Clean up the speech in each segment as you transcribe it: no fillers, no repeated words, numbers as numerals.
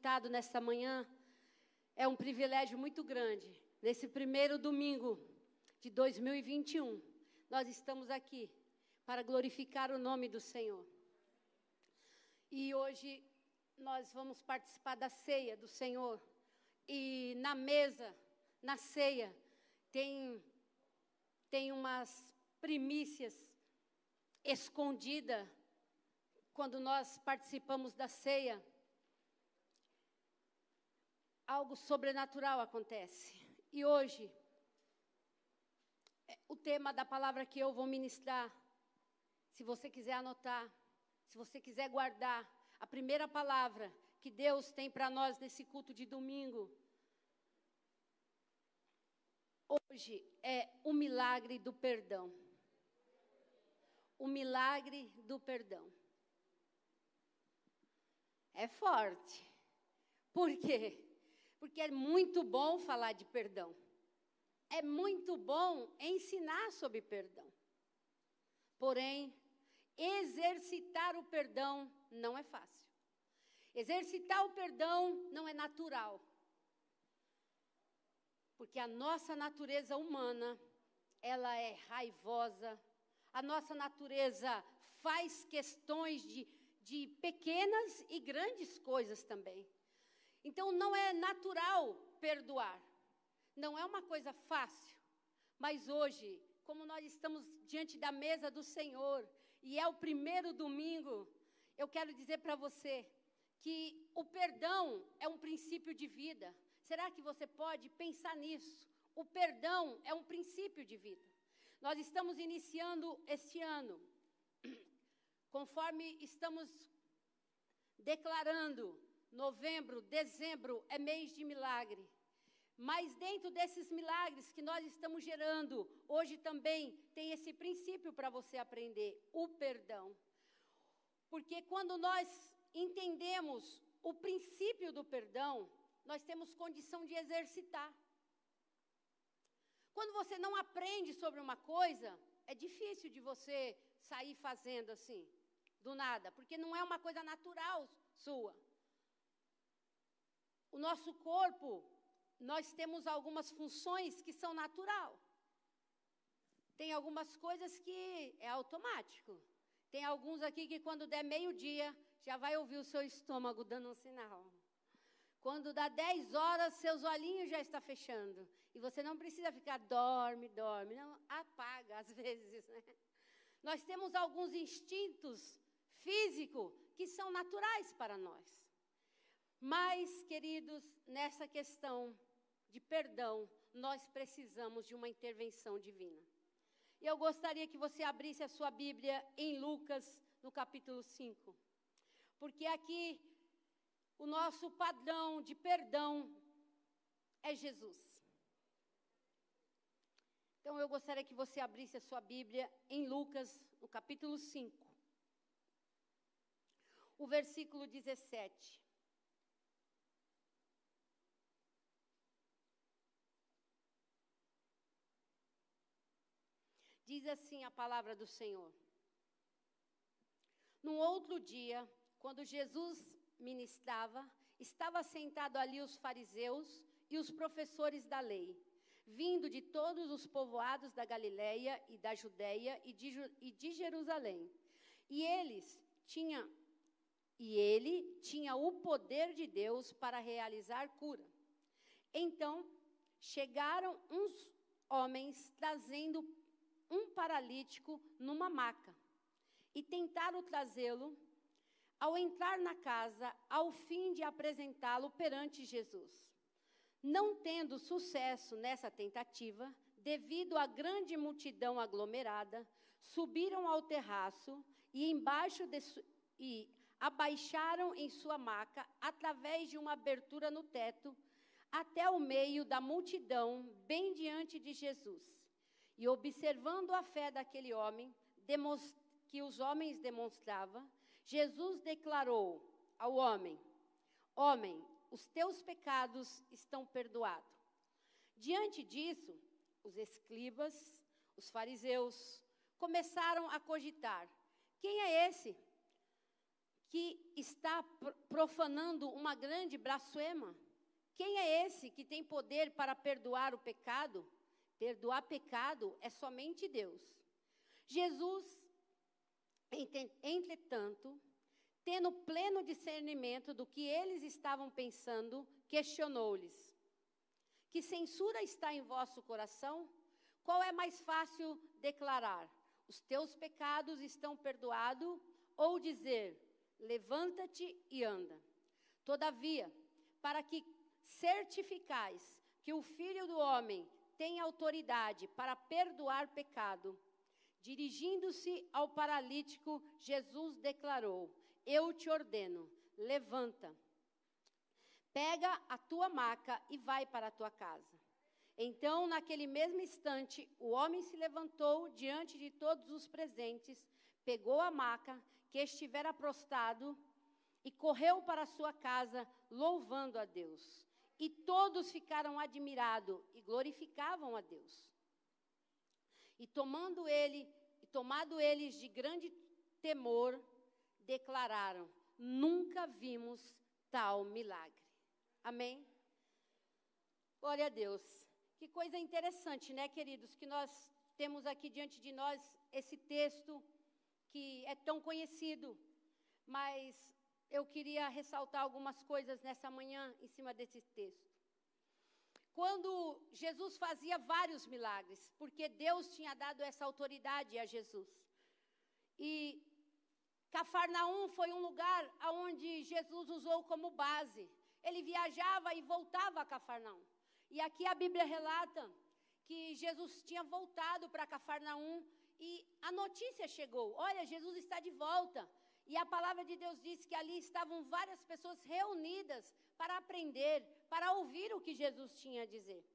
visitado nesta manhã. É um privilégio muito grande. Nesse primeiro domingo de 2021, nós estamos aqui para glorificar o nome do Senhor. E hoje nós vamos participar da ceia do Senhor. E na mesa, na ceia, tem umas primícias escondidas quando nós participamos da ceia. Algo sobrenatural acontece. E hoje, o tema da palavra que eu vou ministrar, se você quiser anotar, se você quiser guardar, a primeira palavra que Deus tem para nós nesse culto de domingo, hoje é o milagre do perdão. O milagre do perdão. É forte. Por quê? Porque é muito bom falar de perdão. É muito bom ensinar sobre perdão. Porém, exercitar o perdão não é fácil. Exercitar o perdão não é natural. Porque a nossa natureza humana, ela é raivosa. A nossa natureza faz questões de pequenas e grandes coisas também. Então, não é natural perdoar. Não é uma coisa fácil. Mas hoje, como nós estamos diante da mesa do Senhor, e é o primeiro domingo, eu quero dizer para você que o perdão é um princípio de vida. Será que você pode pensar nisso? O perdão é um princípio de vida. Nós estamos iniciando este ano, conforme estamos declarando, novembro, dezembro é mês de milagre. Mas dentro desses milagres que nós estamos gerando, hoje também tem esse princípio para você aprender, o perdão. Porque quando nós entendemos o princípio do perdão, nós temos condição de exercitar. Quando você não aprende sobre uma coisa, é difícil de você sair fazendo assim, do nada, porque não é uma coisa natural sua. O nosso corpo, nós temos algumas funções que são natural. Tem algumas coisas que é automático. Tem alguns aqui que quando der meio-dia, já vai ouvir o seu estômago dando um sinal. Quando dá 10 horas, seus olhinhos já estão fechando. E você não precisa ficar, dorme. Não, apaga às vezes, né? Nós temos alguns instintos físicos que são naturais para nós. Mas, queridos, nessa questão de perdão, nós precisamos de uma intervenção divina. E eu gostaria que você abrisse a sua Bíblia em Lucas, no capítulo 5. Porque aqui o nosso padrão de perdão é Jesus. Então, eu gostaria que você abrisse a sua Bíblia em Lucas, no capítulo 5. O versículo 17. Diz assim a palavra do Senhor. Num outro dia, quando Jesus ministrava, estava sentado ali os fariseus e os professores da lei, vindo de todos os povoados da Galileia e da Judeia e de Jerusalém. E ele tinha o poder de Deus para realizar cura. Então, chegaram uns homens trazendo um paralítico numa maca e tentaram trazê-lo. Ao entrar na casa, ao fim de apresentá-lo perante Jesus. Não tendo sucesso nessa tentativa, devido à grande multidão aglomerada, subiram ao terraço e abaixaram em sua maca, através de uma abertura no teto, até o meio da multidão, bem diante de Jesus. E observando a fé daquele homem, que os homens demonstravam, Jesus declarou ao homem: homem, os teus pecados estão perdoados. Diante disso, os escribas, os fariseus, começaram a cogitar: quem é esse que está profanando uma grande blasfema? Quem é esse que tem poder para perdoar o pecado? Perdoar pecado é somente Deus. Jesus, entretanto, tendo pleno discernimento do que eles estavam pensando, questionou-lhes: que censura está em vosso coração? Qual é mais fácil declarar: os teus pecados estão perdoados, ou dizer: levanta-te e anda? Todavia, para que certificais que o Filho do Homem tem autoridade para perdoar pecado, dirigindo-se ao paralítico, Jesus declarou: eu te ordeno, levanta, pega a tua maca e vai para a tua casa. Então, naquele mesmo instante, o homem se levantou diante de todos os presentes, pegou a maca que estivera prostrado e correu para a sua casa, louvando a Deus. E todos ficaram admirados e glorificavam a Deus. E tomado eles de grande temor, declararam: nunca vimos tal milagre. Amém? Glória a Deus. Que coisa interessante, né, queridos, que nós temos aqui diante de nós esse texto que é tão conhecido, mas eu queria ressaltar algumas coisas nessa manhã em cima desse texto. Quando Jesus fazia vários milagres, porque Deus tinha dado essa autoridade a Jesus. E Cafarnaum foi um lugar onde Jesus usou como base. Ele viajava e voltava a Cafarnaum. E aqui a Bíblia relata que Jesus tinha voltado para Cafarnaum e a notícia chegou: olha, Jesus está de volta. E a palavra de Deus diz que ali estavam várias pessoas reunidas para aprender, para ouvir o que Jesus tinha a dizer.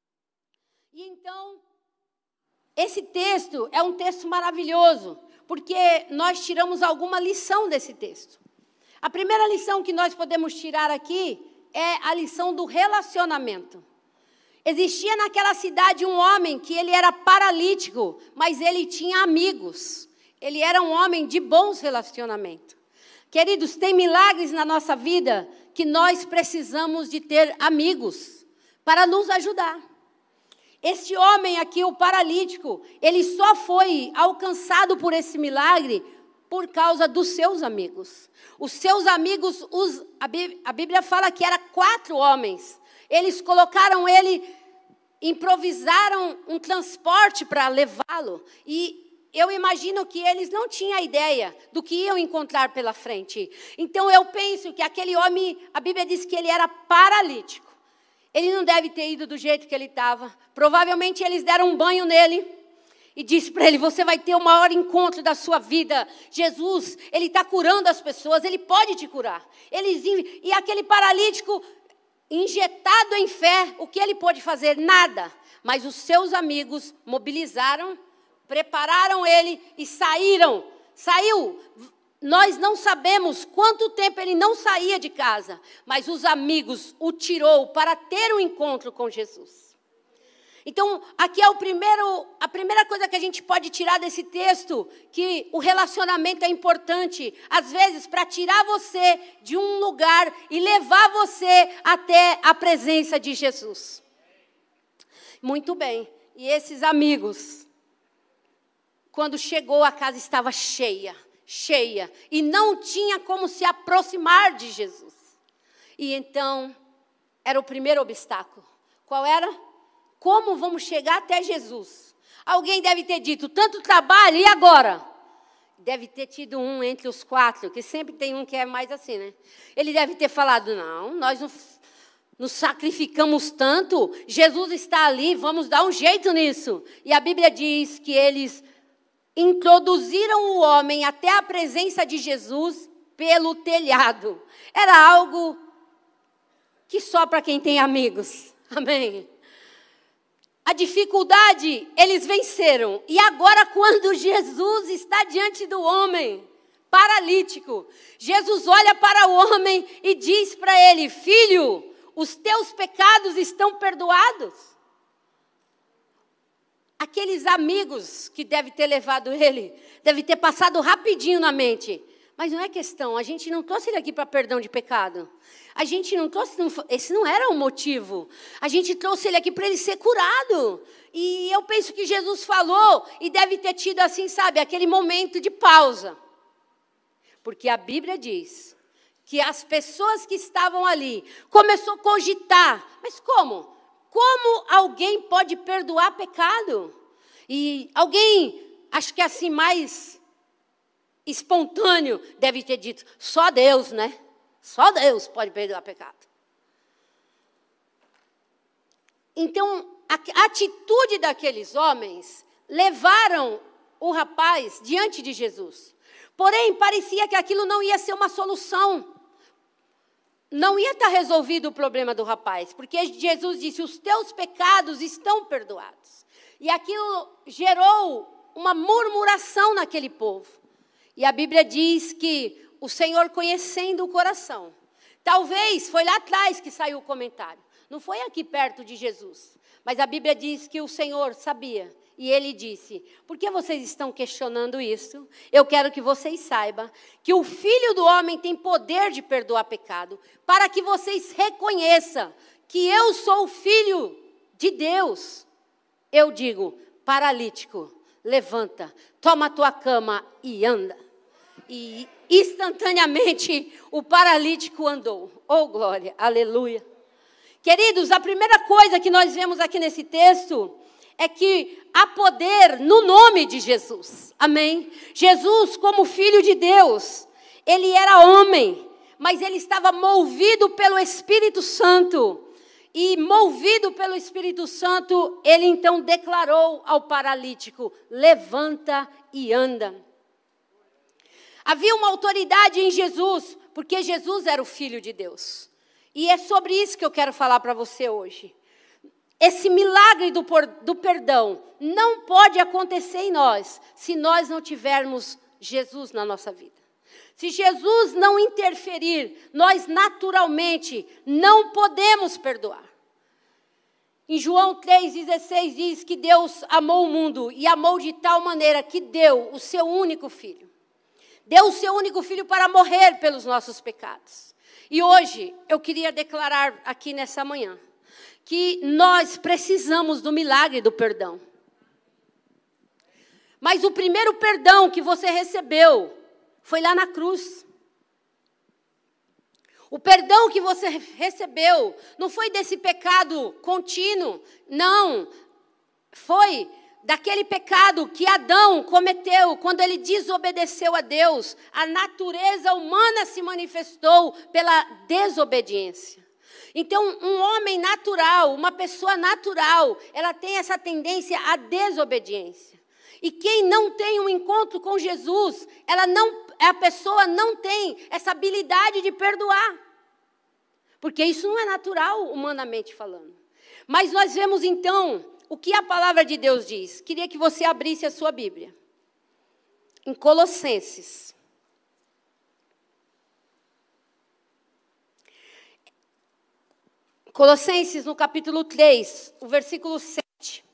E então, esse texto é um texto maravilhoso, porque nós tiramos alguma lição desse texto. A primeira lição que nós podemos tirar aqui é a lição do relacionamento. Existia naquela cidade um homem que ele era paralítico, mas ele tinha amigos. Ele era um homem de bons relacionamentos. Queridos, tem milagres na nossa vida que nós precisamos de ter amigos para nos ajudar. Este homem aqui, o paralítico, ele só foi alcançado por esse milagre por causa dos seus amigos. Os seus amigos, a Bíblia fala que eram 4 homens. Eles colocaram ele, improvisaram um transporte para levá-lo. E eu imagino que eles não tinham ideia do que iam encontrar pela frente. Então eu penso que aquele homem, a Bíblia diz que ele era paralítico. Ele não deve ter ido do jeito que ele estava. Provavelmente eles deram um banho nele e disse para ele: você vai ter o maior encontro da sua vida. Jesus, ele está curando as pessoas, ele pode te curar. E aquele paralítico, injetado em fé, o que ele pôde fazer? Nada. Mas os seus amigos mobilizaram, prepararam ele e saiu. Nós não sabemos quanto tempo ele não saía de casa, mas os amigos o tirou para ter um encontro com Jesus. Então, aqui é a primeira coisa que a gente pode tirar desse texto, que o relacionamento é importante, às vezes, para tirar você de um lugar e levar você até a presença de Jesus. Muito bem, e esses amigos, quando chegou, a casa estava cheia, e não tinha como se aproximar de Jesus. E então, era o primeiro obstáculo. Qual era? Como vamos chegar até Jesus? Alguém deve ter dito: tanto trabalho, e agora? Deve ter tido um entre os 4, que sempre tem um que é mais assim, né? Ele deve ter falado: não, nós nos sacrificamos tanto, Jesus está ali, vamos dar um jeito nisso. E a Bíblia diz que eles introduziram o homem até a presença de Jesus pelo telhado. Era algo que só para quem tem amigos. Amém? A dificuldade eles venceram. E agora, quando Jesus está diante do homem paralítico, Jesus olha para o homem e diz para ele: filho, os teus pecados estão perdoados. Aqueles amigos que devem ter levado ele, deve ter passado rapidinho na mente: Mas não é questão, a gente não trouxe ele aqui para perdão de pecado. A gente não trouxe, esse não era o motivo. A gente trouxe ele aqui para ele ser curado. E eu penso que Jesus falou e deve ter tido assim, sabe, aquele momento de pausa. Porque a Bíblia diz que as pessoas que estavam ali começou a cogitar. Mas como? Como alguém pode perdoar pecado? E alguém, acho que assim mais espontâneo, deve ter dito, só Deus, né? Só Deus pode perdoar pecado. Então, a atitude daqueles homens levaram o rapaz diante de Jesus. Porém, parecia que aquilo não ia ser uma solução. Não ia estar resolvido o problema do rapaz, porque Jesus disse, os teus pecados estão perdoados. E aquilo gerou uma murmuração naquele povo. E a Bíblia diz que o Senhor, conhecendo o coração, talvez foi lá atrás que saiu o comentário, não foi aqui perto de Jesus, mas a Bíblia diz que o Senhor sabia, e Ele disse, por que vocês estão questionando isso? Eu quero que vocês saibam que o Filho do Homem tem poder de perdoar pecado, para que vocês reconheçam que eu sou o Filho de Deus. Eu digo, paralítico, levanta, toma a tua cama e anda. E instantaneamente o paralítico andou. Oh, glória, aleluia. Queridos, a primeira coisa que nós vemos aqui nesse texto é que há poder no nome de Jesus. Amém? Jesus, como Filho de Deus, ele era homem, mas ele estava movido pelo Espírito Santo. E movido pelo Espírito Santo, ele então declarou ao paralítico, levanta e anda. Havia uma autoridade em Jesus, porque Jesus era o Filho de Deus. E é sobre isso que eu quero falar para você hoje. Esse milagre do perdão não pode acontecer em nós, se nós não tivermos Jesus na nossa vida. Se Jesus não interferir, nós naturalmente não podemos perdoar. Em João 3,16 diz que Deus amou o mundo e amou de tal maneira que deu o seu único filho. Deu o seu único filho para morrer pelos nossos pecados. E hoje eu queria declarar aqui nessa manhã que nós precisamos do milagre do perdão. Mas o primeiro perdão que você recebeu foi lá na cruz. O perdão que você recebeu não foi desse pecado contínuo, não. Foi daquele pecado que Adão cometeu quando ele desobedeceu a Deus. A natureza humana se manifestou pela desobediência. Então, um homem natural, uma pessoa natural, ela tem essa tendência à desobediência. E quem não tem um encontro com Jesus, a pessoa não tem essa habilidade de perdoar. Porque isso não é natural, humanamente falando. Mas nós vemos então o que a palavra de Deus diz. Queria que você abrisse a sua Bíblia. Em Colossenses. Colossenses, no capítulo 3, o versículo 7.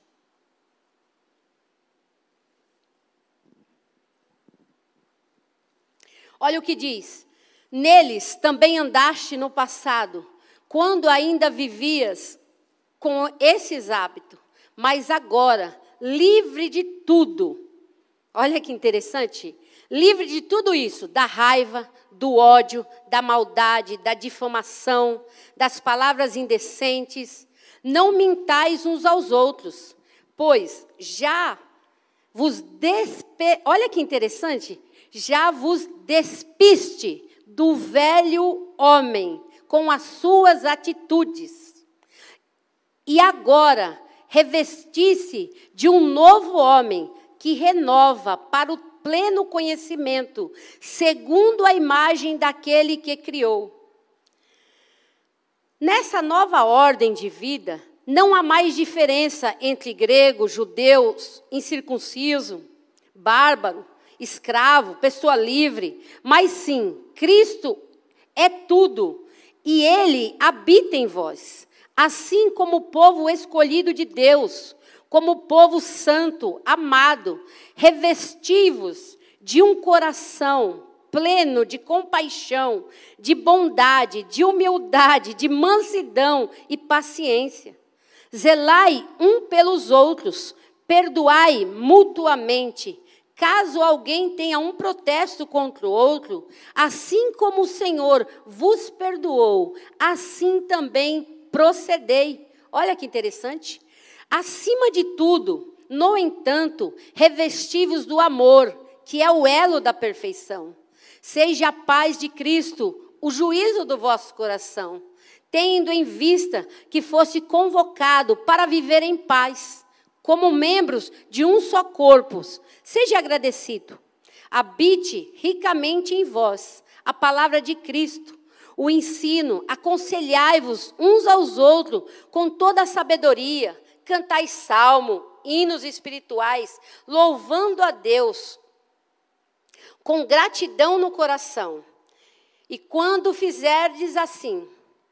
Olha o que diz. Neles também andaste no passado, quando ainda vivias com esses hábitos, mas agora, livre de tudo. Olha que interessante. Livre de tudo isso, da raiva, do ódio, da maldade, da difamação, das palavras indecentes. Não mintais uns aos outros, pois já vos olha que interessante, já vos despiste do velho homem com as suas atitudes. E agora revestisse de um novo homem que renova para o pleno conhecimento, segundo a imagem daquele que criou. Nessa nova ordem de vida, não há mais diferença entre grego, judeu, incircunciso, bárbaro, escravo, pessoa livre, mas sim, Cristo é tudo, e Ele habita em vós, assim como o povo escolhido de Deus, como povo santo, amado, revesti-vos de um coração pleno de compaixão, de bondade, de humildade, de mansidão e paciência. Zelai um pelos outros, perdoai mutuamente. Caso alguém tenha um protesto contra o outro, assim como o Senhor vos perdoou, assim também procedei. Olha que interessante. Acima de tudo, no entanto, revesti-vos do amor, que é o elo da perfeição. Seja a paz de Cristo o juízo do vosso coração, tendo em vista que fosse convocado para viver em paz, como membros de um só corpo. Seja agradecido. Habite ricamente em vós a palavra de Cristo, o ensino, aconselhai-vos uns aos outros com toda a sabedoria, cantai salmo, hinos espirituais, louvando a Deus com gratidão no coração. E quando fizerdes assim,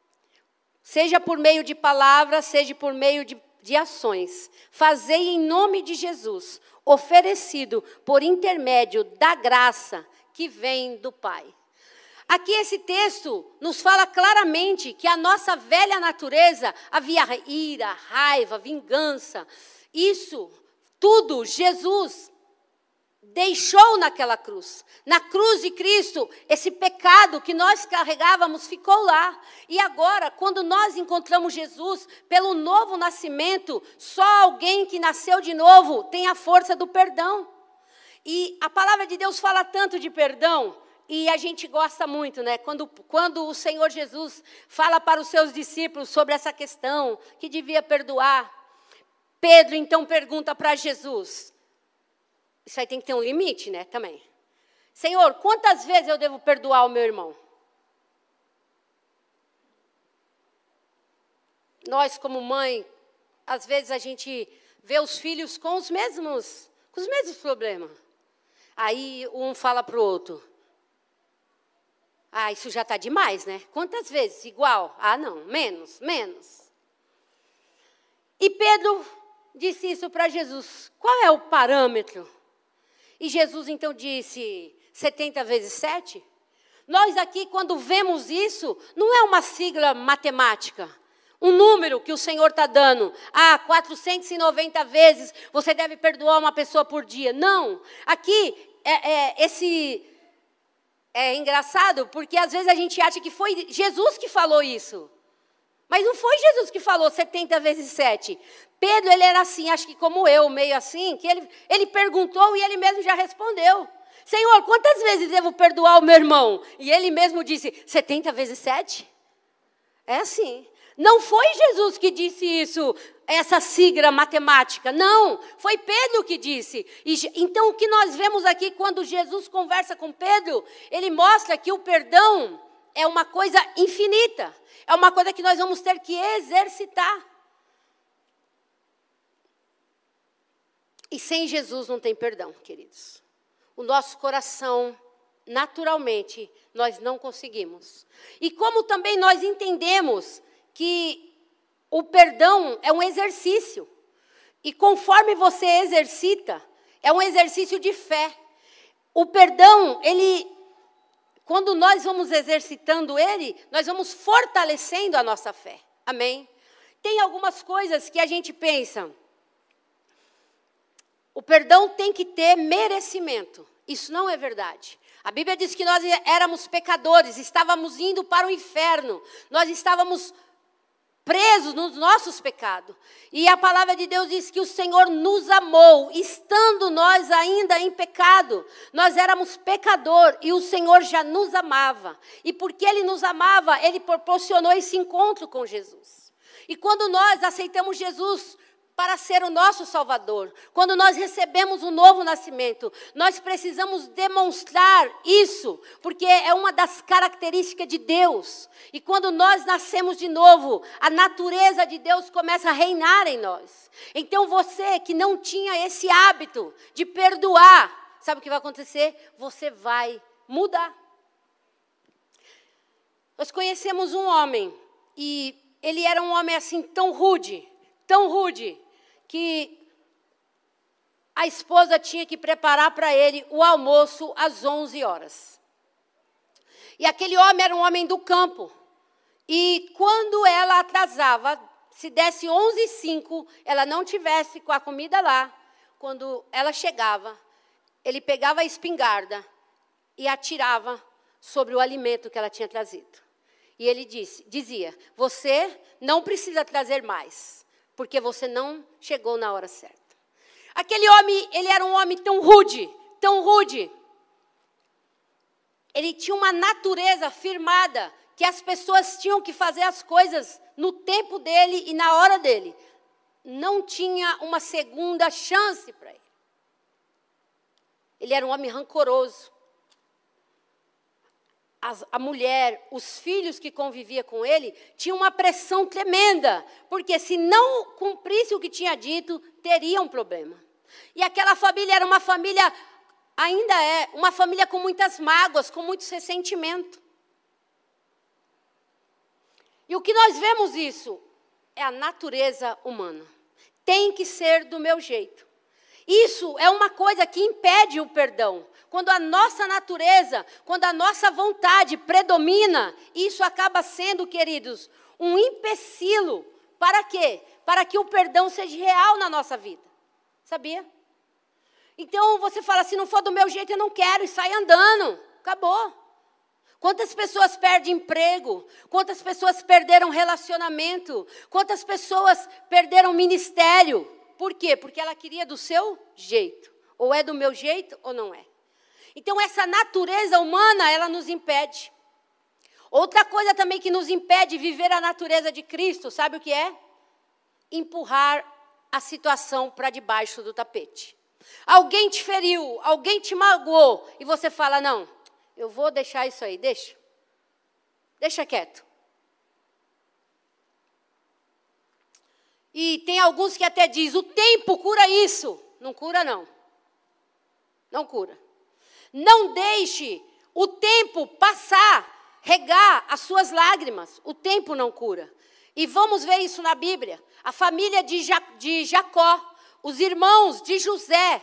seja por meio de palavras, seja por meio de ações, fazei em nome de Jesus, oferecido por intermédio da graça que vem do Pai. Aqui esse texto nos fala claramente que a nossa velha natureza, havia ira, raiva, vingança, isso tudo Jesus deixou naquela cruz. Na cruz de Cristo, esse pecado que nós carregávamos ficou lá. E agora, quando nós encontramos Jesus, pelo novo nascimento, só alguém que nasceu de novo tem a força do perdão. E a palavra de Deus fala tanto de perdão, e a gente gosta muito, né? Quando o Senhor Jesus fala para os seus discípulos sobre essa questão, que devia perdoar, Pedro então pergunta para Jesus. Isso aí tem que ter um limite, né, também. Senhor, quantas vezes eu devo perdoar o meu irmão? Nós, como mãe, às vezes a gente vê os filhos com os mesmos problemas. Aí um fala para o outro. Ah, isso já está demais, né? Quantas vezes? Igual? Ah, não, menos. E Pedro disse isso para Jesus. Qual é o parâmetro? E Jesus então disse 70 vezes 7. Nós aqui, quando vemos isso, não é uma sigla matemática. Um número que o Senhor está dando. 490 vezes você deve perdoar uma pessoa por dia. Não. Aqui, é engraçado, porque às vezes a gente acha que foi Jesus que falou isso. Mas não foi Jesus que falou 70 vezes 7. Pedro, ele era assim, acho que como eu, meio assim, que ele perguntou e ele mesmo já respondeu. Senhor, quantas vezes devo perdoar o meu irmão? E ele mesmo disse, 70 vezes 7? É assim. Não foi Jesus que disse isso, essa sigla matemática. Não, foi Pedro que disse. Então, o que nós vemos aqui, quando Jesus conversa com Pedro, ele mostra que o perdão é uma coisa infinita. É uma coisa que nós vamos ter que exercitar. E sem Jesus não tem perdão, queridos. O nosso coração, naturalmente, nós não conseguimos. E como também nós entendemos que o perdão é um exercício. E conforme você exercita, é um exercício de fé. O perdão, quando nós vamos exercitando ele, nós vamos fortalecendo a nossa fé. Amém? Tem algumas coisas que a gente pensa. O perdão tem que ter merecimento. Isso não é verdade. A Bíblia diz que nós éramos pecadores, estávamos indo para o inferno. Nós estávamos presos nos nossos pecados. E a palavra de Deus diz que o Senhor nos amou, estando nós ainda em pecado. Nós éramos pecador e o Senhor já nos amava. E porque Ele nos amava, Ele proporcionou esse encontro com Jesus. E quando nós aceitamos Jesus para ser o nosso Salvador, quando nós recebemos o novo nascimento, nós precisamos demonstrar isso, porque é uma das características de Deus. E quando nós nascemos de novo, a natureza de Deus começa a reinar em nós. Então você que não tinha esse hábito de perdoar, sabe o que vai acontecer? Você vai mudar. Nós conhecemos um homem, e ele era um homem assim tão rude, que a esposa tinha que preparar para ele o almoço às 11 horas. E aquele homem era um homem do campo. E quando ela atrasava, se desse 11h05, ela não tivesse com a comida lá, quando ela chegava, ele pegava a espingarda e atirava sobre o alimento que ela tinha trazido. E ele dizia, você não precisa trazer mais, porque você não chegou na hora certa. Aquele homem, ele era um homem tão rude, tão rude. Ele tinha uma natureza firmada, que as pessoas tinham que fazer as coisas no tempo dele e na hora dele. Não tinha uma segunda chance para ele. Ele era um homem rancoroso. A mulher, os filhos que conviviam com ele, tinham uma pressão tremenda, porque se não cumprisse o que tinha dito, teria um problema. E aquela família era uma família, ainda é, uma família com muitas mágoas, com muito ressentimento. E o que nós vemos isso é a natureza humana. Tem que ser do meu jeito. Isso é uma coisa que impede o perdão. Quando a nossa natureza, quando a nossa vontade predomina, isso acaba sendo, queridos, um empecilho. Para quê? Para que o perdão seja real na nossa vida. Sabia? Então você fala, se não for do meu jeito, eu não quero, e sai andando. Acabou. Quantas pessoas perdem emprego? Quantas pessoas perderam relacionamento? Quantas pessoas perderam ministério? Por quê? Porque ela queria do seu jeito. Ou é do meu jeito ou não é. Então essa natureza humana, ela nos impede. Outra coisa também que nos impede de viver a natureza de Cristo, sabe o que é? Empurrar a situação para debaixo do tapete. Alguém te feriu, alguém te magoou, e você fala, não, eu vou deixar isso aí, deixa quieto. E tem alguns que até dizem, o tempo cura isso. Não cura, não. Não cura. Não deixe o tempo passar, regar as suas lágrimas. O tempo não cura. E vamos ver isso na Bíblia. A família de Jacó, os irmãos de José,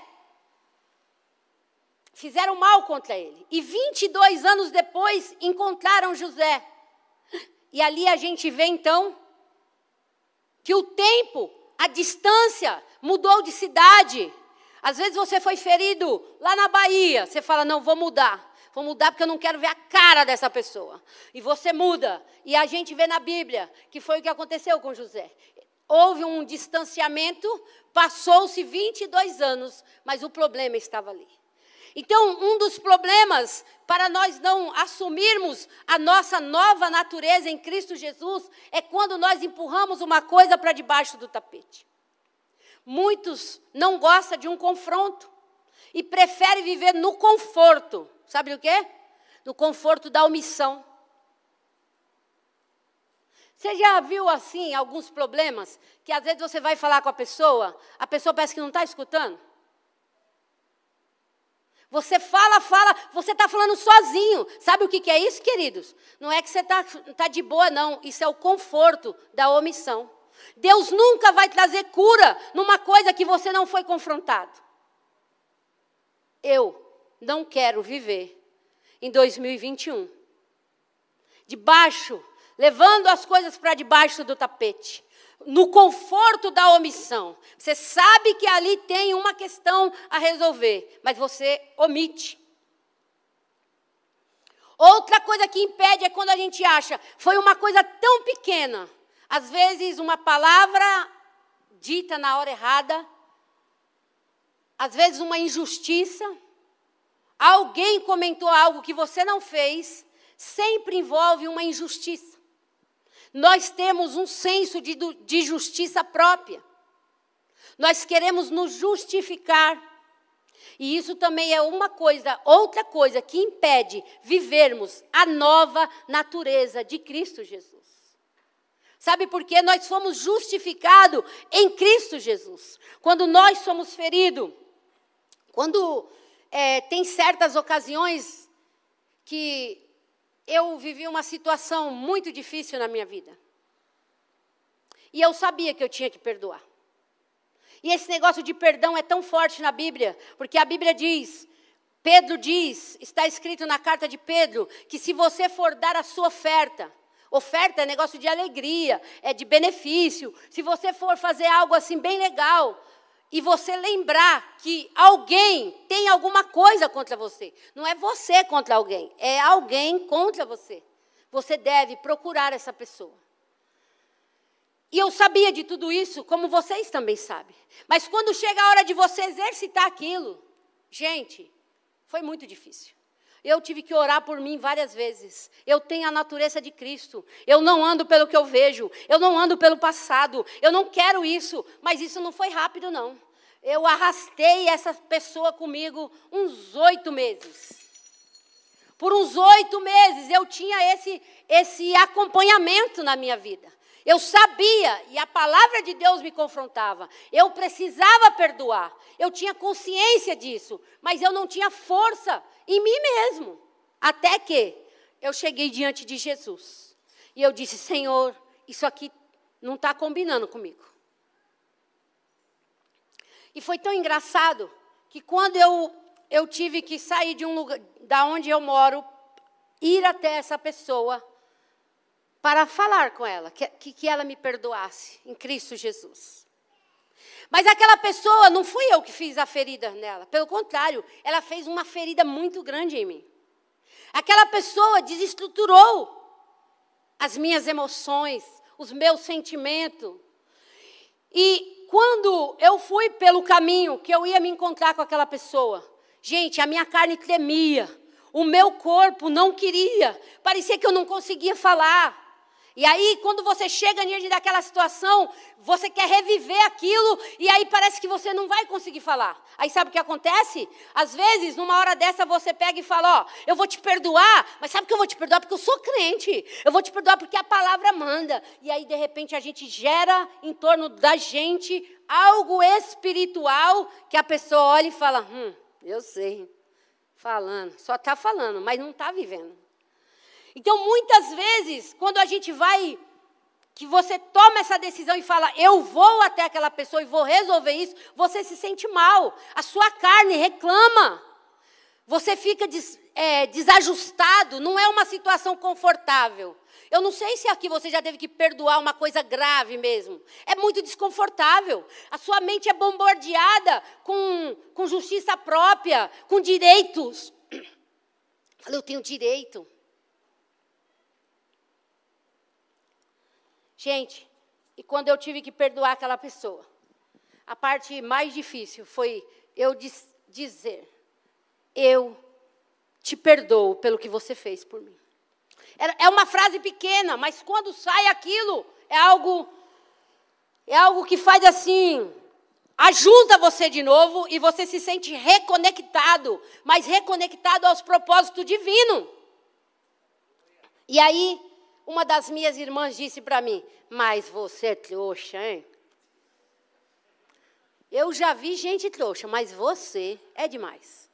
fizeram mal contra ele. E 22 anos depois, encontraram José. E ali a gente vê, então, que o tempo, a distância, mudou de cidade. Às vezes você foi ferido lá na Bahia. Você fala, não, vou mudar. Vou mudar porque eu não quero ver a cara dessa pessoa. E você muda. E a gente vê na Bíblia que foi o que aconteceu com José. Houve um distanciamento, passou-se 22 anos, mas o problema estava ali. Então, um dos problemas para nós não assumirmos a nossa nova natureza em Cristo Jesus é quando nós empurramos uma coisa para debaixo do tapete. Muitos não gostam de um confronto e preferem viver no conforto. Sabe o quê? No conforto da omissão. Você já viu assim alguns problemas que às vezes você vai falar com a pessoa parece que não está escutando? Você fala, você está falando sozinho. Sabe o que é isso, queridos? Não é que você tá de boa, não. Isso é o conforto da omissão. Deus nunca vai trazer cura numa coisa que você não foi confrontado. Eu não quero viver em 2021. Levando as coisas para debaixo do tapete. No conforto da omissão. Você sabe que ali tem uma questão a resolver, mas você omite. Outra coisa que impede é quando a gente acha, foi uma coisa tão pequena. Às vezes uma palavra dita na hora errada, às vezes uma injustiça, alguém comentou algo que você não fez, sempre envolve uma injustiça. Nós temos um senso de justiça própria. Nós queremos nos justificar. E isso também é outra coisa que impede vivermos a nova natureza de Cristo Jesus. Sabe por quê? Nós fomos justificados em Cristo Jesus. Quando nós somos feridos, quando tem certas ocasiões que eu vivi uma situação muito difícil na minha vida. E eu sabia que eu tinha que perdoar. E esse negócio de perdão é tão forte na Bíblia, porque a Bíblia diz, Pedro diz, está escrito na carta de Pedro, que se você for dar a sua oferta é negócio de alegria, é de benefício. Se você for fazer algo assim bem legal, e você lembrar que alguém tem alguma coisa contra você, não é você contra alguém, é alguém contra você. Você deve procurar essa pessoa. E eu sabia de tudo isso, como vocês também sabem. Mas quando chega a hora de você exercitar aquilo, gente, foi muito difícil. Eu tive que orar por mim várias vezes. Eu tenho a natureza de Cristo. Eu não ando pelo que eu vejo. Eu não ando pelo passado. Eu não quero isso. Mas isso não foi rápido, não. Eu arrastei essa pessoa comigo uns 8 meses. Por uns 8 meses eu tinha esse acompanhamento na minha vida. Eu sabia, e a palavra de Deus me confrontava. Eu precisava perdoar. Eu tinha consciência disso. Mas eu não tinha força em mim mesmo. Até que eu cheguei diante de Jesus. E eu disse, Senhor, isso aqui não está combinando comigo. E foi tão engraçado que quando eu tive que sair de um lugar, da onde eu moro, ir até essa pessoa para falar com ela, que ela me perdoasse em Cristo Jesus. Mas aquela pessoa, não fui eu que fiz a ferida nela. Pelo contrário, ela fez uma ferida muito grande em mim. Aquela pessoa desestruturou as minhas emoções, os meus sentimentos. E quando eu fui pelo caminho que eu ia me encontrar com aquela pessoa, gente, a minha carne tremia. O meu corpo não queria. Parecia que eu não conseguia falar. E aí, quando você chega diante daquela situação, você quer reviver aquilo, e aí parece que você não vai conseguir falar. Aí sabe o que acontece? Às vezes, numa hora dessa, você pega e fala, ó, eu vou te perdoar, mas sabe por que eu vou te perdoar? Porque eu sou crente. Eu vou te perdoar porque a palavra manda. E aí, de repente, a gente gera em torno da gente algo espiritual, que a pessoa olha e fala, eu sei, falando, só está falando, mas não está vivendo. Então, muitas vezes, quando a gente vai, que você toma essa decisão e fala, eu vou até aquela pessoa e vou resolver isso, você se sente mal, a sua carne reclama, você fica desajustado, não é uma situação confortável. Eu não sei se aqui você já teve que perdoar uma coisa grave mesmo, é muito desconfortável, a sua mente é bombardeada com justiça própria, com direitos. Eu tenho direito. Gente, e quando eu tive que perdoar aquela pessoa, a parte mais difícil foi eu dizer, eu te perdoo pelo que você fez por mim. É uma frase pequena, mas quando sai aquilo, é algo que faz assim, ajuda você de novo e você se sente reconectado, mas reconectado aos propósitos divinos. E aí, uma das minhas irmãs disse para mim, mas você é trouxa, hein? Eu já vi gente trouxa, mas você é demais.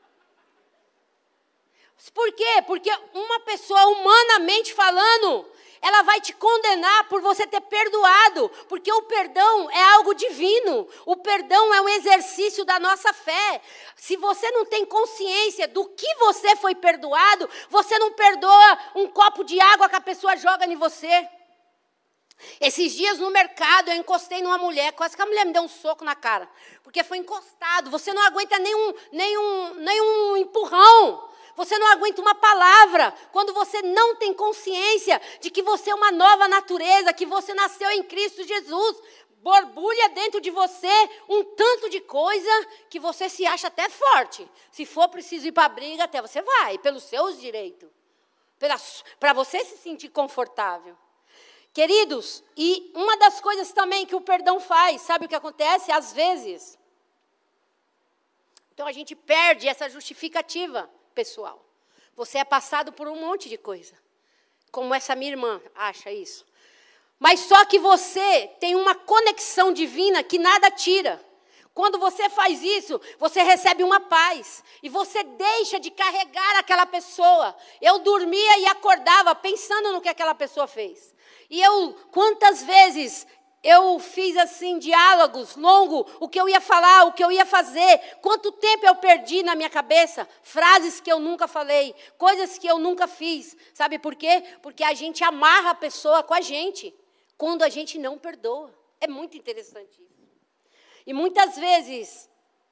Por quê? Porque uma pessoa, humanamente falando, ela vai te condenar por você ter perdoado, porque o perdão é algo divino, o perdão é um exercício da nossa fé. Se você não tem consciência do que você foi perdoado, você não perdoa um copo de água que a pessoa joga em você. Esses dias no mercado eu encostei numa mulher, quase que a mulher me deu um soco na cara, porque foi encostado, você não aguenta nenhum empurrão. Você não aguenta uma palavra, quando você não tem consciência de que você é uma nova natureza, que você nasceu em Cristo Jesus, borbulha dentro de você um tanto de coisa que você se acha até forte. Se for preciso ir para a briga, até você vai, pelos seus direitos, para você se sentir confortável. Queridos, e uma das coisas também que o perdão faz, sabe o que acontece? Às vezes, então a gente perde essa justificativa pessoal. Você é passado por um monte de coisa. Como essa minha irmã acha isso. Mas só que você tem uma conexão divina que nada tira. Quando você faz isso, você recebe uma paz. E você deixa de carregar aquela pessoa. Eu dormia e acordava pensando no que aquela pessoa fez. E quantas vezes eu fiz assim, diálogos longos, o que eu ia falar, o que eu ia fazer, quanto tempo eu perdi na minha cabeça, frases que eu nunca falei, coisas que eu nunca fiz. Sabe por quê? Porque a gente amarra a pessoa com a gente, quando a gente não perdoa. É muito interessante isso. E muitas vezes,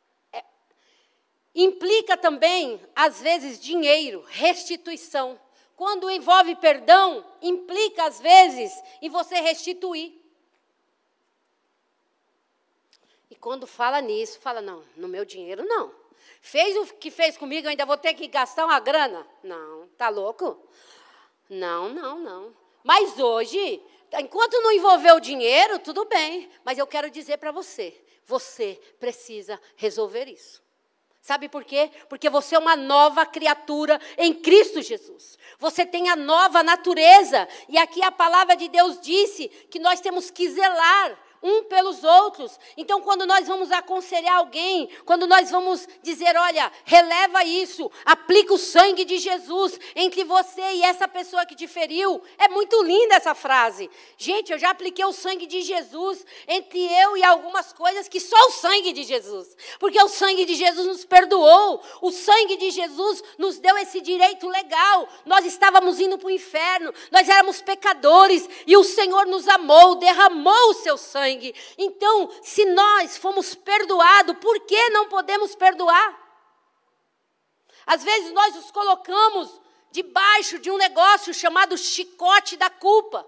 implica também, às vezes, dinheiro, restituição. Quando envolve perdão, implica, às vezes, em você restituir. E quando fala nisso, fala, não, no meu dinheiro não. Fez o que fez comigo, eu ainda vou ter que gastar uma grana? Não, tá louco? Não. Mas hoje, enquanto não envolveu o dinheiro, tudo bem. Mas eu quero dizer para você, você precisa resolver isso. Sabe por quê? Porque você é uma nova criatura em Cristo Jesus. Você tem a nova natureza. E aqui a palavra de Deus disse que nós temos que zelar um pelos outros. Então, quando nós vamos aconselhar alguém, quando nós vamos dizer, olha, releva isso, aplica o sangue de Jesus entre você e essa pessoa que te feriu. É muito linda essa frase. Gente, eu já apliquei o sangue de Jesus entre eu e algumas coisas que só o sangue de Jesus. Porque o sangue de Jesus nos perdoou. O sangue de Jesus nos deu esse direito legal. Nós estávamos indo para o inferno, nós éramos pecadores e o Senhor nos amou, derramou o seu sangue. Então, se nós fomos perdoados, por que não podemos perdoar? Às vezes nós nos colocamos debaixo de um negócio chamado chicote da culpa.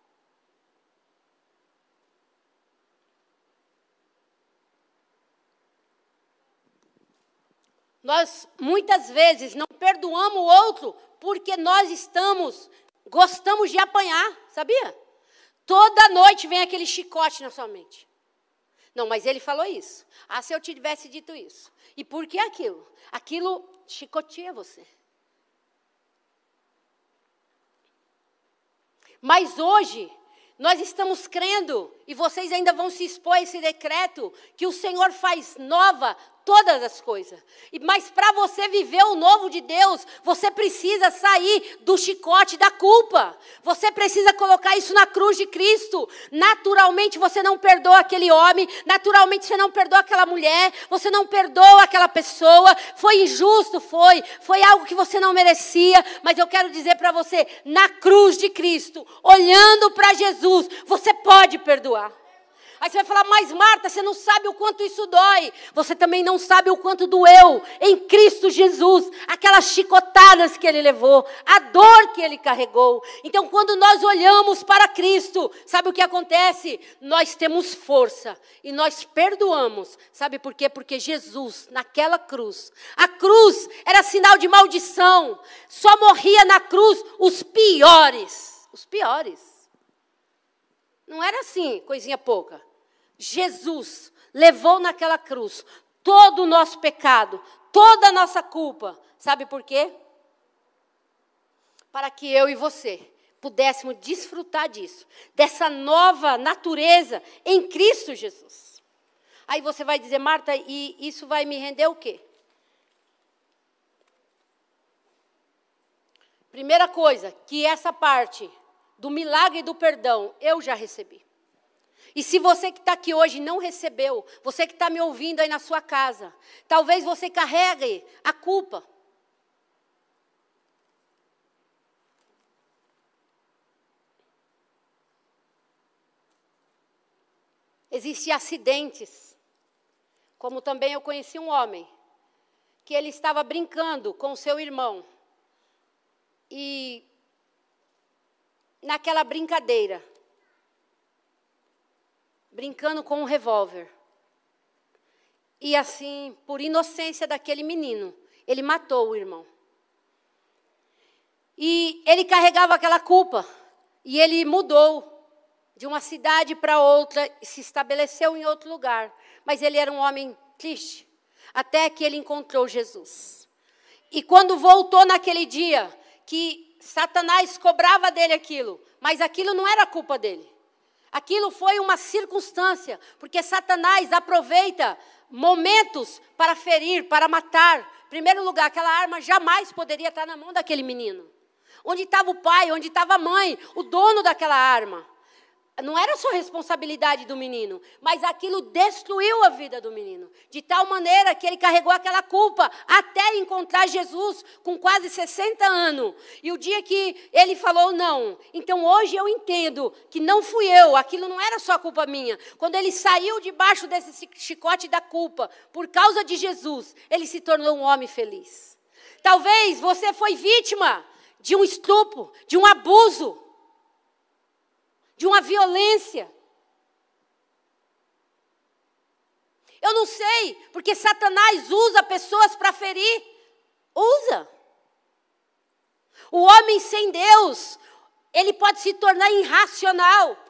Nós muitas vezes não perdoamos o outro porque nós gostamos de apanhar, sabia? Toda noite vem aquele chicote na sua mente. Não, mas ele falou isso. Ah, se eu tivesse dito isso. E por que aquilo? Aquilo chicoteia você. Mas hoje, nós estamos crendo, e vocês ainda vão se expor a esse decreto, que o Senhor faz nova todas as coisas. Mas para você viver o novo de Deus, você precisa sair do chicote da culpa. Você precisa colocar isso na cruz de Cristo. Naturalmente você não perdoa aquele homem, naturalmente você não perdoa aquela mulher, você não perdoa aquela pessoa. Foi injusto, foi algo que você não merecia, mas eu quero dizer para você, na cruz de Cristo, olhando para Jesus, você pode perdoar. Aí você vai falar, mas Marta, você não sabe o quanto isso dói. Você também não sabe o quanto doeu em Cristo Jesus. Aquelas chicotadas que Ele levou, a dor que Ele carregou. Então, quando nós olhamos para Cristo, sabe o que acontece? Nós temos força e nós perdoamos. Sabe por quê? Porque Jesus, naquela cruz, a cruz era sinal de maldição. Só morria na cruz os piores. Os piores. Não era assim, coisinha pouca. Jesus levou naquela cruz todo o nosso pecado, toda a nossa culpa. Sabe por quê? Para que eu e você pudéssemos desfrutar disso, dessa nova natureza em Cristo Jesus. Aí você vai dizer, Marta, e isso vai me render o quê? Primeira coisa, que essa parte do milagre do perdão eu já recebi. E se você que está aqui hoje não recebeu, você que está me ouvindo aí na sua casa, talvez você carregue a culpa. Existem acidentes, como também eu conheci um homem, que ele estava brincando com o seu irmão. E naquela brincadeira, brincando com um revólver. E assim, por inocência daquele menino, ele matou o irmão. E ele carregava aquela culpa. E ele mudou de uma cidade para outra, se estabeleceu em outro lugar. Mas ele era um homem triste, até que ele encontrou Jesus. E quando voltou naquele dia, que Satanás cobrava dele aquilo, mas aquilo não era culpa dele. Aquilo foi uma circunstância, porque Satanás aproveita momentos para ferir, para matar. Em primeiro lugar, aquela arma jamais poderia estar na mão daquele menino. Onde estava o pai, onde estava a mãe, o dono daquela arma? não era só responsabilidade do menino, mas aquilo destruiu a vida do menino. De tal maneira que ele carregou aquela culpa até encontrar Jesus com quase 60 anos. E o dia que ele falou, não, então hoje eu entendo que não fui eu, aquilo não era só culpa minha. Quando ele saiu debaixo desse chicote da culpa, por causa de Jesus, ele se tornou um homem feliz. Talvez você foi vítima de um estupro, de um abuso, de uma violência. Eu não sei, porque Satanás usa pessoas para ferir. Usa. O homem sem Deus, ele pode se tornar irracional.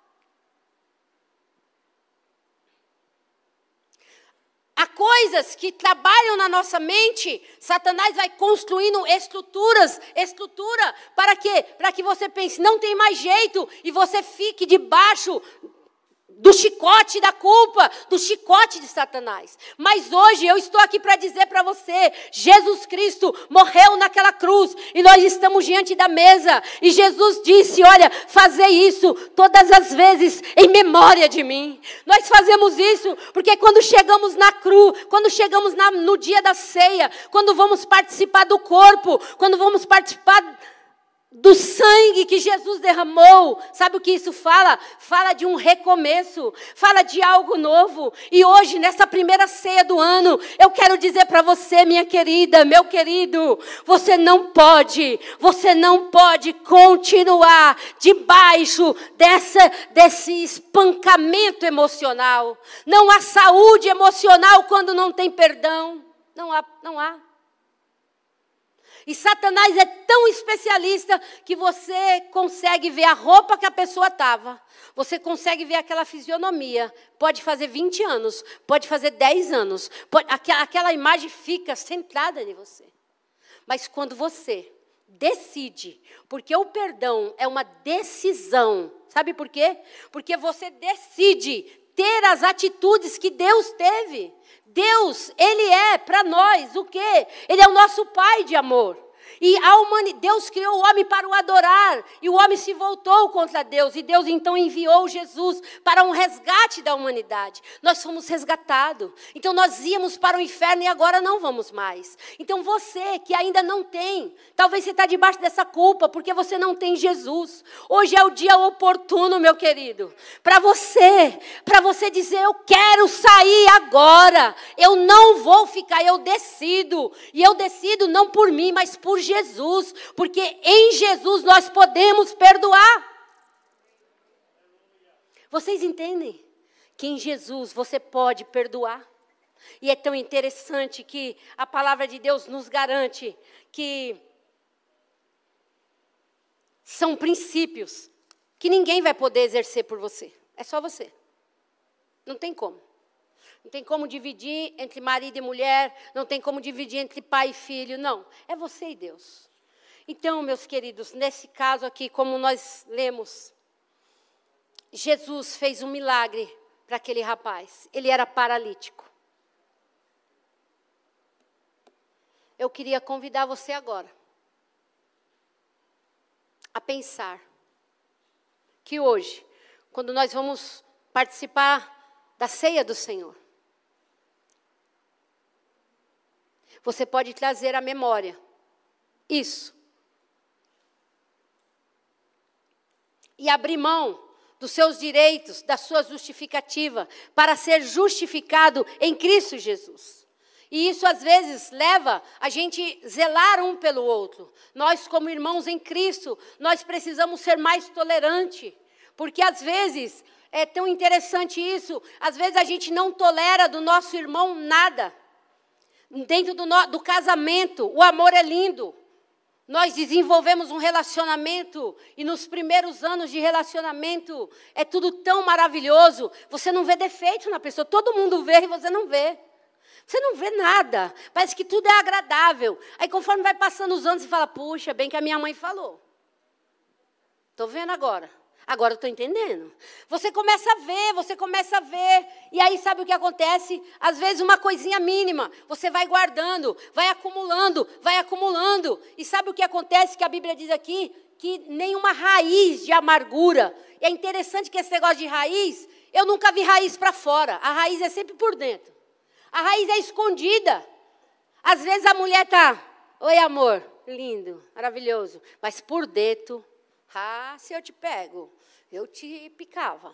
Há coisas que trabalham na nossa mente, Satanás vai construindo estrutura, para quê? Para que você pense, não tem mais jeito, e você fique debaixo do chicote da culpa, do chicote de Satanás. Mas hoje eu estou aqui para dizer para você, Jesus Cristo morreu naquela cruz, e nós estamos diante da mesa, e Jesus disse, olha, fazei isso todas as vezes em memória de mim. Nós fazemos isso, porque quando chegamos na cruz, quando chegamos no dia da ceia, quando vamos participar do corpo, quando vamos participar do sangue que Jesus derramou, sabe o que isso fala? Fala de um recomeço, fala de algo novo. E hoje, nessa primeira ceia do ano, eu quero dizer para você, minha querida, meu querido, você não pode continuar debaixo desse espancamento emocional. Não há saúde emocional quando não tem perdão. Não há. E Satanás é tão especialista que você consegue ver a roupa que a pessoa estava. Você consegue ver aquela fisionomia. Pode fazer 20 anos, pode fazer 10 anos. Aquela imagem fica centrada em você. Mas quando você decide, porque o perdão é uma decisão. Sabe por quê? Porque você decide ter as atitudes que Deus teve. Deus, Ele é para nós o quê? Ele é o nosso Pai de amor. E Deus criou o homem para o adorar, e o homem se voltou contra Deus, e Deus então enviou Jesus para um resgate da humanidade. Nós fomos resgatados, então nós íamos para o inferno e agora não vamos mais. Então você que ainda não tem, talvez você está debaixo dessa culpa, porque você não tem Jesus. Hoje é o dia oportuno, meu querido, para você dizer, eu quero sair agora, eu não vou ficar, eu decido, e eu decido não por mim, mas por Jesus, porque em Jesus nós podemos perdoar. Vocês entendem que em Jesus você pode perdoar? E é tão interessante que a palavra de Deus nos garante que são princípios que ninguém vai poder exercer por você. É só você. Não tem como. Não tem como dividir entre marido e mulher, não tem como dividir entre pai e filho, não. É você e Deus. Então, meus queridos, nesse caso aqui, como nós lemos, Jesus fez um milagre para aquele rapaz. Ele era paralítico. Eu queria convidar você agora a pensar que hoje, quando nós vamos participar da ceia do Senhor, você pode trazer à memória isso. E abrir mão dos seus direitos, da sua justificativa, para ser justificado em Cristo Jesus. E isso às vezes leva a gente zelar um pelo outro. Nós como irmãos em Cristo, nós precisamos ser mais tolerantes. Porque às vezes, é tão interessante isso, às vezes a gente não tolera do nosso irmão nada. Dentro do casamento, o amor é lindo. Nós desenvolvemos um relacionamento e nos primeiros anos de relacionamento é tudo tão maravilhoso. Você não vê defeito na pessoa, todo mundo vê e você não vê. Você não vê nada, parece que tudo é agradável. Aí conforme vai passando os anos, você fala, puxa, bem que a minha mãe falou. Estou vendo agora. Agora eu estou entendendo. Você começa a ver, e aí sabe o que acontece? Às vezes uma coisinha mínima, você vai guardando, vai acumulando, e sabe o que acontece? Que a Bíblia diz aqui, que nenhuma raiz de amargura. E é interessante que esse negócio de raiz, eu nunca vi raiz para fora. A raiz é sempre por dentro. A raiz é escondida. Às vezes a mulher está, oi amor, lindo, maravilhoso. Mas por dentro, se eu te pego, eu te picava.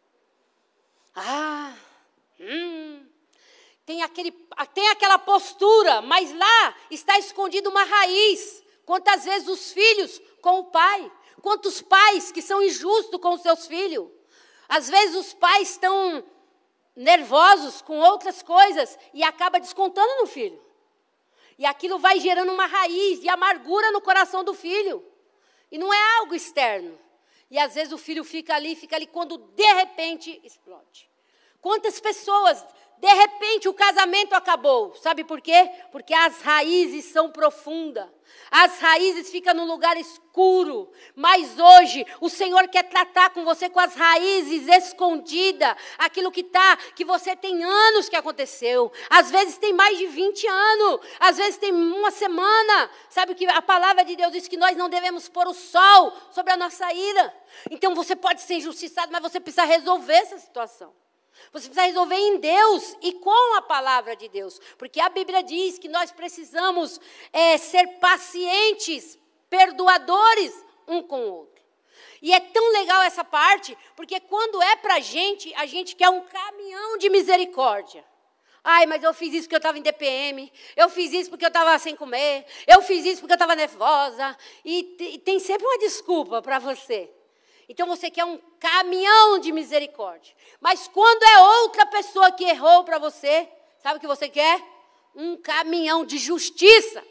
Tem aquela postura, mas lá está escondida uma raiz. Quantas vezes os filhos com o pai? Quantos pais que são injustos com os seus filhos? Às vezes os pais estão nervosos com outras coisas e acaba descontando no filho. E aquilo vai gerando uma raiz de amargura no coração do filho. E não é algo externo. E às vezes o filho fica ali, quando de repente explode. Quantas pessoas, de repente o casamento acabou. Sabe por quê? Porque as raízes são profundas. As raízes ficam num lugar escuro. Mas hoje o Senhor quer tratar com você com as raízes escondidas. Aquilo que você tem anos que aconteceu. Às vezes tem mais de 20 anos. Às vezes tem uma semana. Sabe que a palavra de Deus diz que nós não devemos pôr o sol sobre a nossa ira. Então você pode ser injustiçado, mas você precisa resolver essa situação. Você precisa resolver em Deus e com a palavra de Deus. Porque a Bíblia diz que nós precisamos ser pacientes, perdoadores um com o outro. E é tão legal essa parte, porque quando é para a gente quer um caminhão de misericórdia. Mas eu fiz isso porque eu estava em DPM, eu fiz isso porque eu estava sem comer, eu fiz isso porque eu estava nervosa. E tem sempre uma desculpa para você. Então você quer um caminhão de misericórdia. Mas quando é outra pessoa que errou para você, sabe o que você quer? Um caminhão de justiça.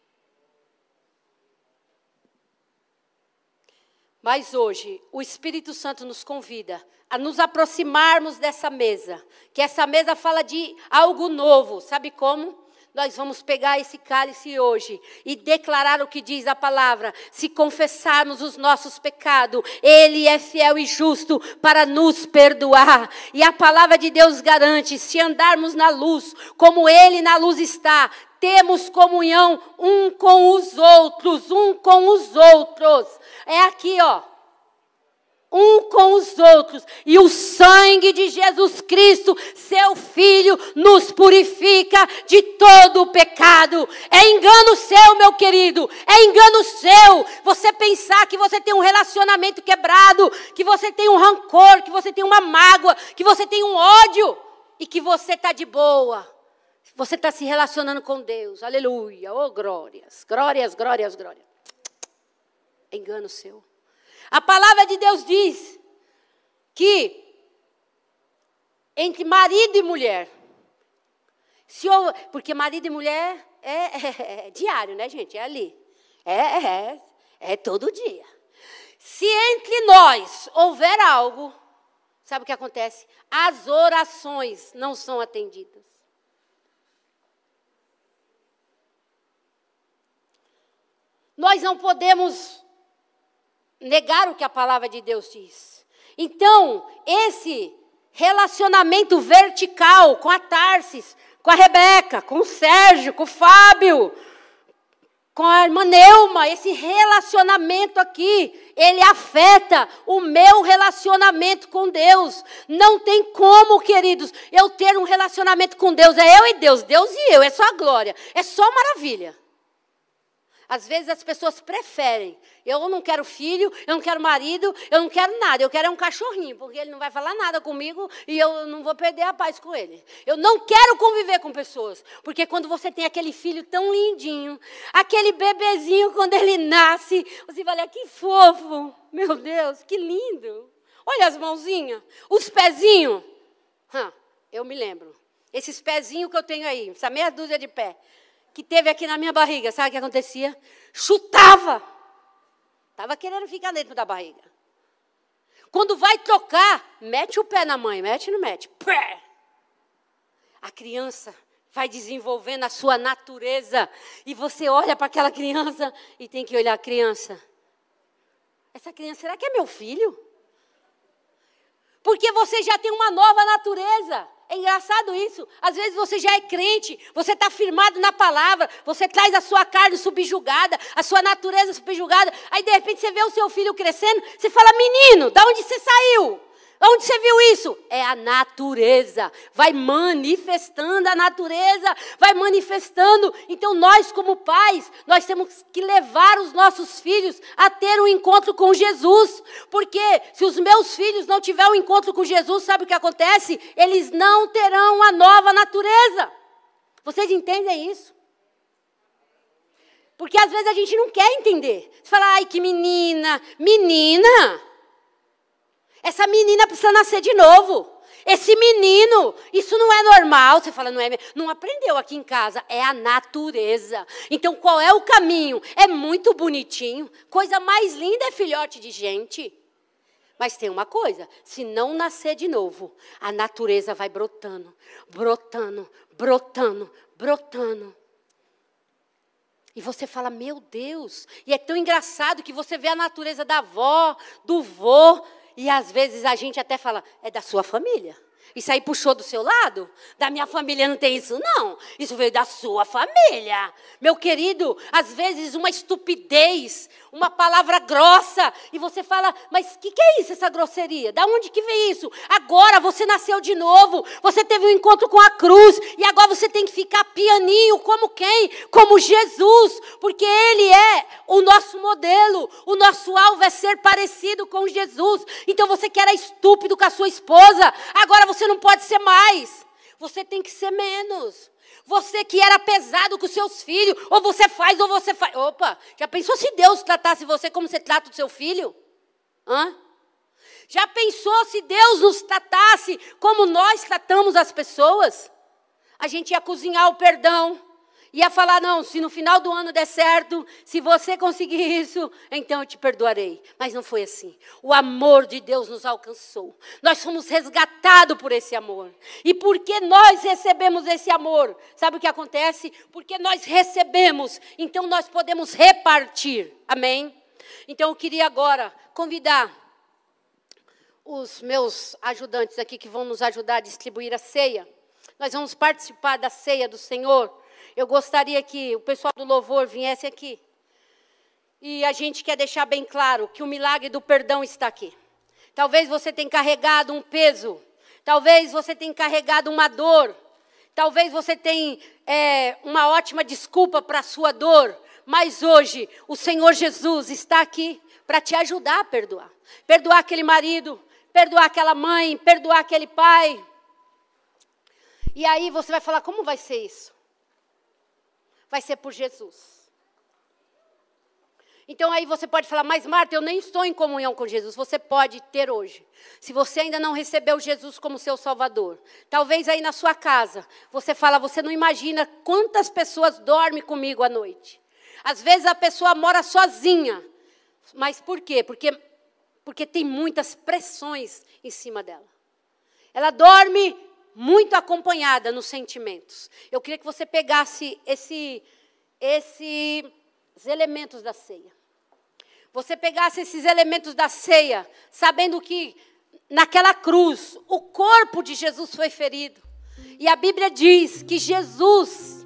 Mas hoje o Espírito Santo nos convida a nos aproximarmos dessa mesa. Que essa mesa fala de algo novo. Sabe como? Nós vamos pegar esse cálice hoje e declarar o que diz a palavra. Se confessarmos os nossos pecados, Ele é fiel e justo para nos perdoar. E a palavra de Deus garante, se andarmos na luz, como Ele na luz está, temos comunhão um com os outros, É aqui, um com os outros, e o sangue de Jesus Cristo, seu Filho, nos purifica de todo o pecado. É engano seu, meu querido, é engano seu, você pensar que você tem um relacionamento quebrado, que você tem um rancor, que você tem uma mágoa, que você tem um ódio, e que você está de boa, você está se relacionando com Deus, aleluia, glórias, glórias, glórias, glórias. É engano seu. A palavra de Deus diz que entre marido e mulher, porque marido e mulher é diário, né, gente? É ali. É todo dia. Se entre nós houver algo, sabe o que acontece? As orações não são atendidas. Nós não podemos negar o que a palavra de Deus diz. Então, esse relacionamento vertical com a Tarsis, com a Rebeca, com o Sérgio, com o Fábio, com a irmã Neuma, esse relacionamento aqui, ele afeta o meu relacionamento com Deus. Não tem como, queridos, eu ter um relacionamento com Deus. É eu e Deus, Deus e eu, é só glória, é só maravilha. Às vezes as pessoas preferem. Eu não quero filho, eu não quero marido, eu não quero nada. Eu quero um cachorrinho, porque ele não vai falar nada comigo e eu não vou perder a paz com ele. Eu não quero conviver com pessoas, porque quando você tem aquele filho tão lindinho, aquele bebezinho quando ele nasce, você vai olhar, que fofo, meu Deus, que lindo. Olha as mãozinhas, os pezinhos. Eu me lembro, esses pezinhos que eu tenho aí, essa meia dúzia de pé, que teve aqui na minha barriga, sabe o que acontecia? Chutava. Estava querendo ficar dentro da barriga. Quando vai trocar, mete o pé na mãe, mete ou não mete? Pé. A criança vai desenvolvendo a sua natureza, e você olha para aquela criança e tem que olhar a criança. Essa criança, será que é meu filho? Porque você já tem uma nova natureza. É engraçado isso. Às vezes você já é crente, você está firmado na palavra, você traz a sua carne subjugada, a sua natureza subjugada. Aí de repente você vê o seu filho crescendo, você fala, menino, da onde você saiu? Onde você viu isso? É a natureza. Vai manifestando a natureza, vai manifestando. Então nós como pais, nós temos que levar os nossos filhos a ter um encontro com Jesus. Porque se os meus filhos não tiverem um encontro com Jesus, sabe o que acontece? Eles não terão a nova natureza. Vocês entendem isso? Porque às vezes a gente não quer entender. Você fala, ai que menina, essa menina precisa nascer de novo. Esse menino, isso não é normal. Você fala, não aprendeu aqui em casa. É a natureza. Então, qual é o caminho? É muito bonitinho. Coisa mais linda é filhote de gente. Mas tem uma coisa. Se não nascer de novo, a natureza vai brotando, brotando, brotando, brotando. E você fala, meu Deus. E é tão engraçado que você vê a natureza da avó, do vô. E às vezes a gente até fala, é da sua família. Isso aí puxou do seu lado? Da minha família não tem isso, não. Isso veio da sua família. Meu querido, às vezes uma estupidez, uma palavra grossa. E você fala, mas o que é isso, essa grosseria? Da onde que veio isso? Agora você nasceu de novo. Você teve um encontro com a cruz. E agora você tem que ficar pianinho. Como quem? Como Jesus. Porque Ele é o nosso modelo. O nosso alvo é ser parecido com Jesus. Então você que era estúpido com a sua esposa, agora você não pode ser mais. Você tem que ser menos. Você que era pesado com seus filhos, ou você faz ou você faz. Opa, já pensou se Deus tratasse você como você trata o seu filho? Já pensou se Deus nos tratasse como nós tratamos as pessoas? A gente ia cozinhar o perdão. Ia falar, não, se no final do ano der certo, se você conseguir isso, então eu te perdoarei. Mas não foi assim. O amor de Deus nos alcançou. Nós fomos resgatados por esse amor. E porque nós recebemos esse amor, sabe o que acontece? Porque nós recebemos, então nós podemos repartir. Amém? Então eu queria agora convidar os meus ajudantes aqui que vão nos ajudar a distribuir a ceia. Nós vamos participar da ceia do Senhor. Eu gostaria que o pessoal do louvor viesse aqui. E a gente quer deixar bem claro que o milagre do perdão está aqui. Talvez você tenha carregado um peso. Talvez você tenha carregado uma dor. Talvez você tenha uma ótima desculpa para a sua dor. Mas hoje o Senhor Jesus está aqui para te ajudar a perdoar. Perdoar aquele marido, perdoar aquela mãe, perdoar aquele pai. E aí você vai falar, como vai ser isso? Vai ser por Jesus. Então aí você pode falar, mas Marta, eu nem estou em comunhão com Jesus. Você pode ter hoje. Se você ainda não recebeu Jesus como seu Salvador. Talvez aí na sua casa, você fala, você não imagina quantas pessoas dormem comigo à noite. Às vezes a pessoa mora sozinha. Mas por quê? Porque tem muitas pressões em cima dela. Ela dorme muito acompanhada nos sentimentos. Eu queria que você pegasse esses elementos da ceia. Você pegasse esses elementos da ceia, sabendo que naquela cruz, o corpo de Jesus foi ferido. E a Bíblia diz que Jesus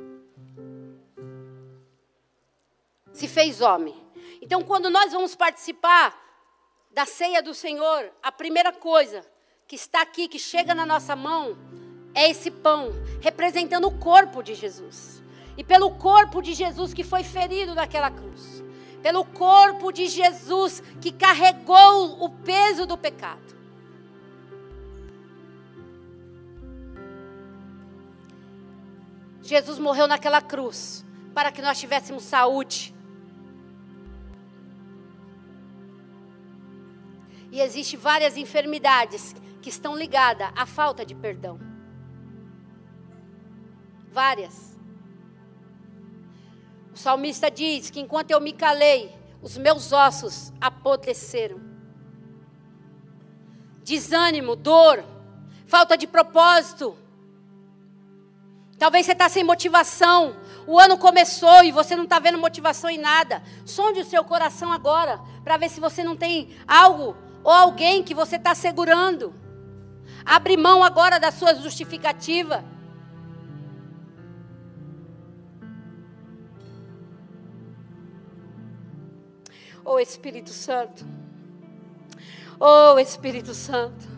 se fez homem. Então, quando nós vamos participar da ceia do Senhor, a primeira coisa que está aqui, que chega na nossa mão, é esse pão, representando o corpo de Jesus. E pelo corpo de Jesus que foi ferido naquela cruz. Pelo corpo de Jesus que carregou o peso do pecado. Jesus morreu naquela cruz para que nós tivéssemos saúde. E existem várias enfermidades que estão ligadas à falta de perdão. Várias. O salmista diz que enquanto eu me calei, os meus ossos apodreceram. Desânimo, dor, falta de propósito. Talvez você está sem motivação. O ano começou e você não está vendo motivação em nada. Sonde o seu coração agora, para ver se você não tem algo ou alguém que você está segurando. Abre mão agora da sua justificativa. Oh Espírito Santo. Oh Espírito Santo.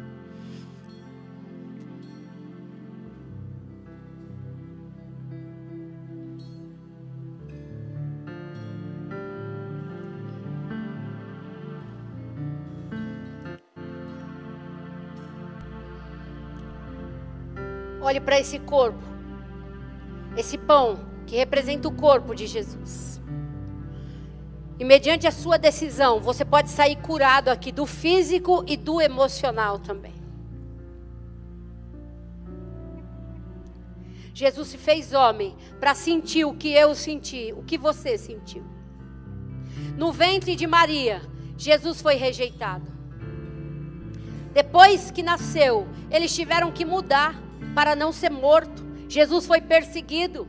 Olhe para esse corpo, esse pão que representa o corpo de Jesus. E mediante a sua decisão, você pode sair curado aqui do físico e do emocional também. Jesus se fez homem para sentir o que eu senti, o que você sentiu. No ventre de Maria, Jesus foi rejeitado. Depois que nasceu, eles tiveram que mudar para não ser morto. Jesus foi perseguido.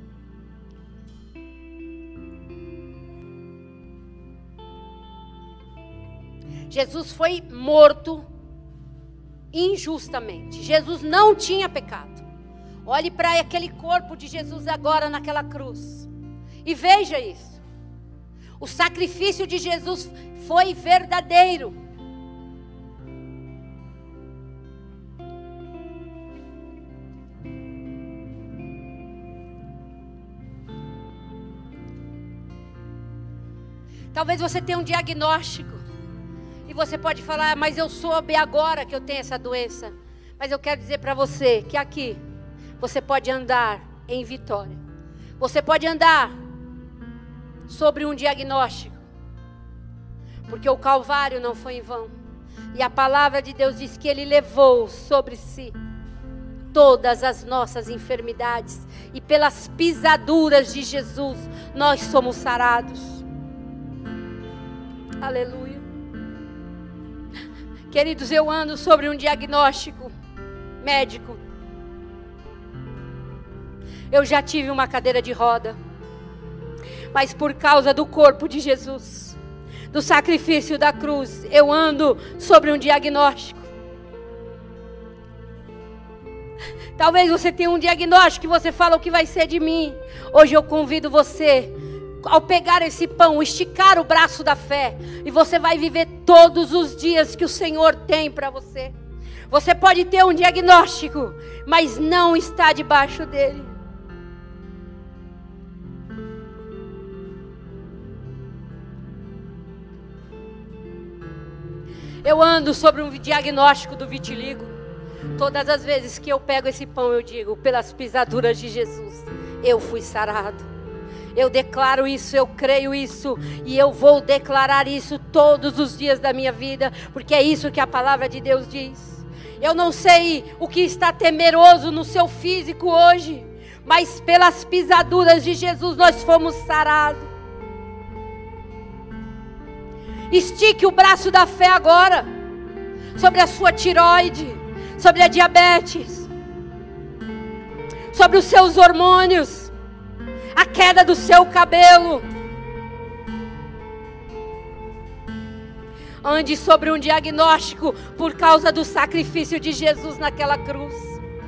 Jesus foi morto injustamente. Jesus não tinha pecado. Olhe para aquele corpo de Jesus agora naquela cruz e veja isso. O sacrifício de Jesus foi verdadeiro. Talvez você tenha um diagnóstico e você pode falar, mas eu soube agora que eu tenho essa doença. Mas eu quero dizer para você que aqui você pode andar em vitória. Você pode andar sobre um diagnóstico, porque o Calvário não foi em vão. E a palavra de Deus diz que Ele levou sobre si todas as nossas enfermidades, e pelas pisaduras de Jesus nós somos sarados. Aleluia. Queridos, eu ando sobre um diagnóstico médico. Eu já tive uma cadeira de roda, mas por causa do corpo de Jesus, do sacrifício da cruz, eu ando sobre um diagnóstico. Talvez você tenha um diagnóstico e você fala, o que vai ser de mim? Hoje eu convido você, ao pegar esse pão, esticar o braço da fé, e você vai viver todos os dias que o Senhor tem para você. Você pode ter um diagnóstico, mas não está debaixo dele. Eu ando sobre um diagnóstico do vitiligo. Todas as vezes que eu pego esse pão, eu digo, pelas pisaduras de Jesus, eu fui sarado. Eu declaro isso, eu creio isso, e eu vou declarar isso todos os dias da minha vida, porque é isso que a palavra de Deus diz. Eu não sei o que está temeroso no seu físico hoje, mas pelas pisaduras de Jesus nós fomos sarados. Estique o braço da fé agora, sobre a sua tireoide, sobre a diabetes, sobre os seus hormônios, a queda do seu cabelo. Ande sobre um diagnóstico por causa do sacrifício de Jesus naquela cruz.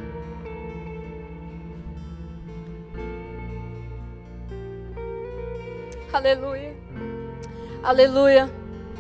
Aleluia. Aleluia.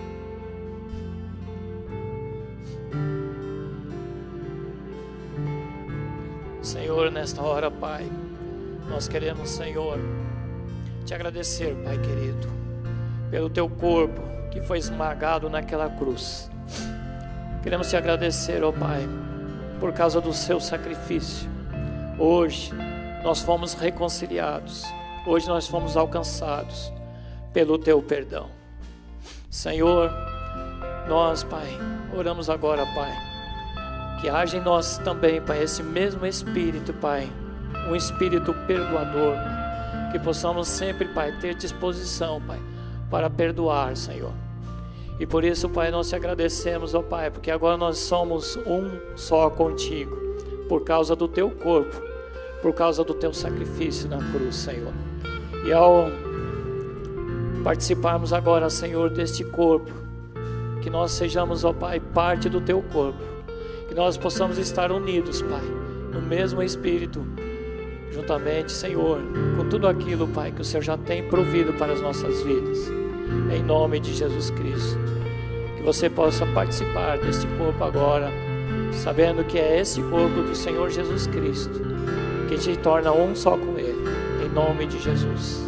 Senhor, nesta hora, Pai, nós queremos, Senhor, te agradecer, Pai querido, pelo teu corpo que foi esmagado naquela cruz. Queremos te agradecer, ó Pai, por causa do seu sacrifício. Hoje nós fomos reconciliados, hoje nós fomos alcançados pelo teu perdão. Senhor, nós, Pai, oramos agora, Pai, que haja em nós também, Pai, esse mesmo Espírito, Pai, um Espírito perdoador, que possamos sempre, Pai, ter disposição, Pai, para perdoar, Senhor. E por isso, Pai, nós te agradecemos, ó Pai, porque agora nós somos um só contigo, por causa do teu corpo, por causa do teu sacrifício na cruz, Senhor. E ao participarmos agora, Senhor, deste corpo, que nós sejamos, ó Pai, parte do teu corpo, Que nós possamos estar unidos, Pai, no mesmo Espírito, juntamente, Senhor, com tudo aquilo, Pai, que o Senhor já tem provido para as nossas vidas. Em nome de Jesus Cristo. Que você possa participar deste corpo agora, sabendo que é esse corpo do Senhor Jesus Cristo que te torna um só com Ele. Em nome de Jesus.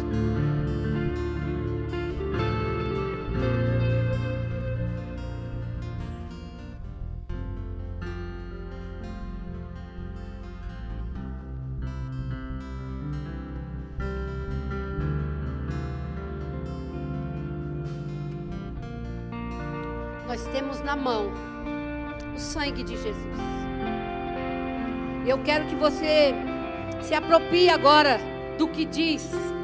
Nós temos na mão o sangue de Jesus. Eu quero que você se aproprie agora do que diz: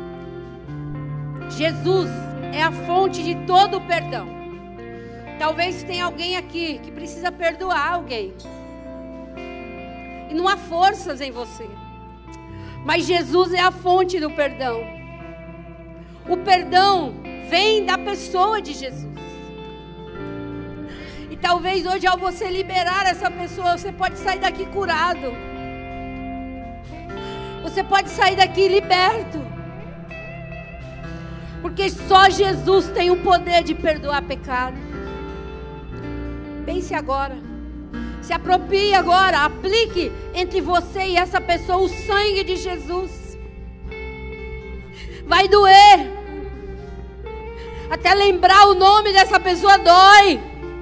Jesus é a fonte de todo o perdão. Talvez tenha alguém aqui que precisa perdoar alguém e não há forças em você, mas Jesus é a fonte do perdão. O perdão vem da pessoa de Jesus. E talvez hoje, ao você liberar essa pessoa, você pode sair daqui curado. Você pode sair daqui liberto. Porque só Jesus tem o poder de perdoar pecado. Pense agora. Se aproprie agora. Aplique entre você e essa pessoa o sangue de Jesus. Vai doer. Até lembrar o nome dessa pessoa dói.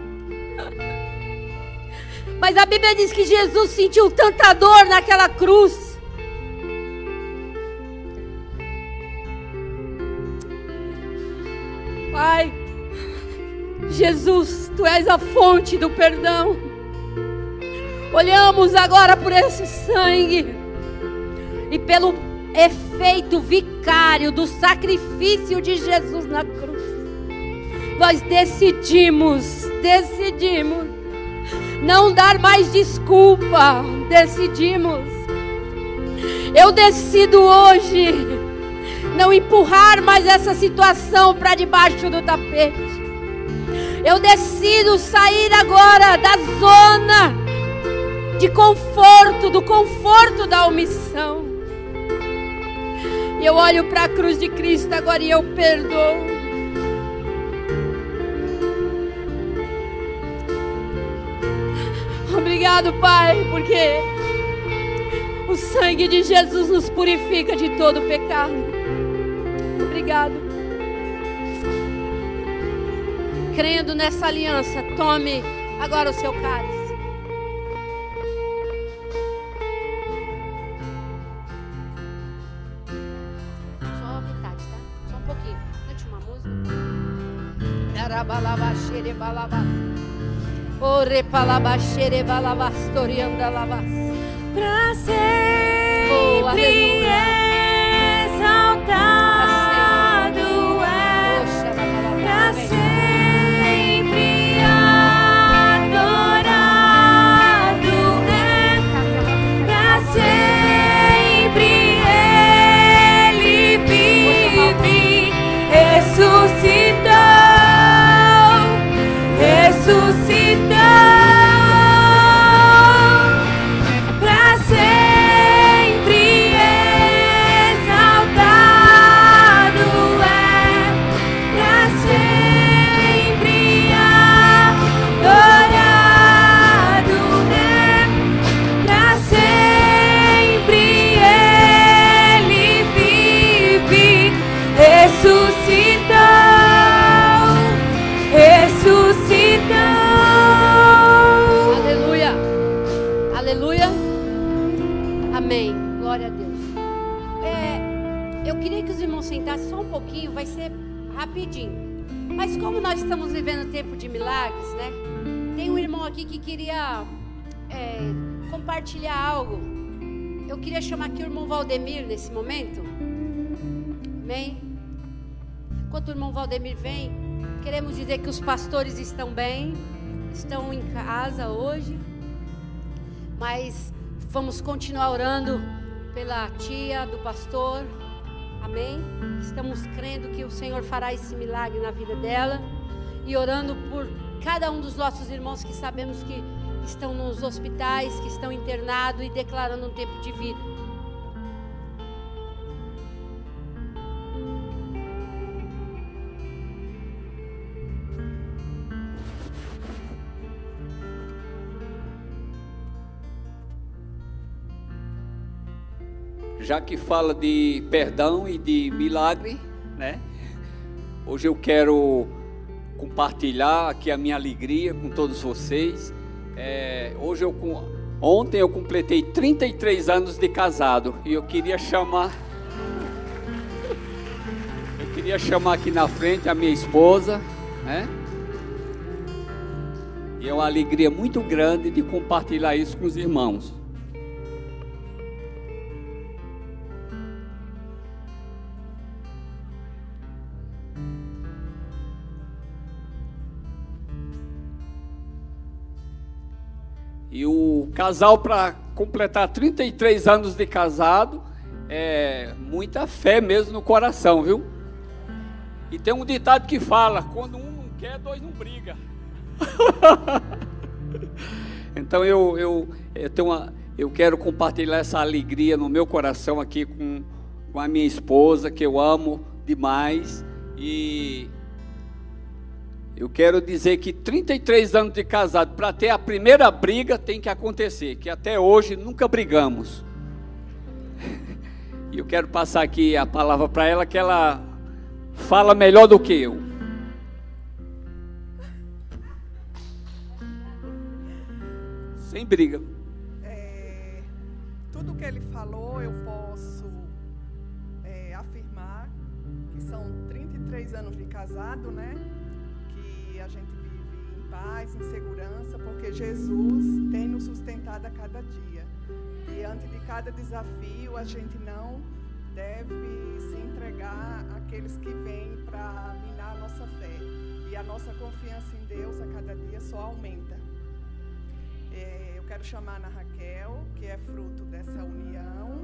Mas a Bíblia diz que Jesus sentiu tanta dor naquela cruz. Pai, Jesus, Tu és a fonte do perdão. Olhamos agora por esse sangue e pelo efeito vicário do sacrifício de Jesus na cruz. Nós decidimos não dar mais desculpa. Eu decido hoje não empurrar mais essa situação para debaixo do tapete. Eu decido sair agora da zona de conforto, do conforto da omissão. E eu olho para a cruz de Cristo agora e eu perdoo. Obrigado, Pai, porque o sangue de Jesus nos purifica de todo pecado. Obrigado. Crendo nessa aliança, tome agora o seu cálice. Só metade, tá? Só um pouquinho. Cante uma música. Pra sempre exaltado é, pra sempre adorado é, pra sempre Ele vive, ressuscitou. Sentasse só um pouquinho, vai ser rapidinho. Mas como nós estamos vivendo tempo de milagres, né? Tem um irmão aqui que queria compartilhar algo. Eu queria chamar aqui o irmão Valdemir nesse momento. Amém? Enquanto o irmão Valdemir vem, queremos dizer que os pastores estão bem, estão em casa hoje. Mas vamos continuar orando pela tia do pastor. Amém? Estamos crendo que o Senhor fará esse milagre na vida dela. E orando por cada um dos nossos irmãos que sabemos que estão nos hospitais, que estão internados e declarando um tempo de vida. Já que fala de perdão e de milagre, né? Hoje eu quero compartilhar aqui a minha alegria com todos vocês. Ontem eu completei 33 anos de casado e eu queria chamar aqui na frente a minha esposa, né? E é uma alegria muito grande de compartilhar isso com os irmãos. E o casal, para completar 33 anos de casado, é muita fé mesmo no coração, viu? E tem um ditado que fala: quando um não quer, dois não brigam. Então eu quero compartilhar essa alegria no meu coração aqui com a minha esposa, que eu amo demais. E eu quero dizer que 33 anos de casado, para ter a primeira briga tem que acontecer, que até hoje nunca brigamos. E eu quero passar aqui a palavra para ela, que ela fala melhor do que eu. Sem briga. Tudo que ele falou eu posso afirmar que são 33 anos de casado, né? Que a gente vive em paz, em segurança, porque Jesus tem nos sustentado a cada dia. Diante de cada desafio, a gente não deve se entregar àqueles que vêm para minar a nossa fé. E a nossa confiança em Deus a cada dia só aumenta. Eu quero chamar a Ana Raquel, que é fruto dessa união.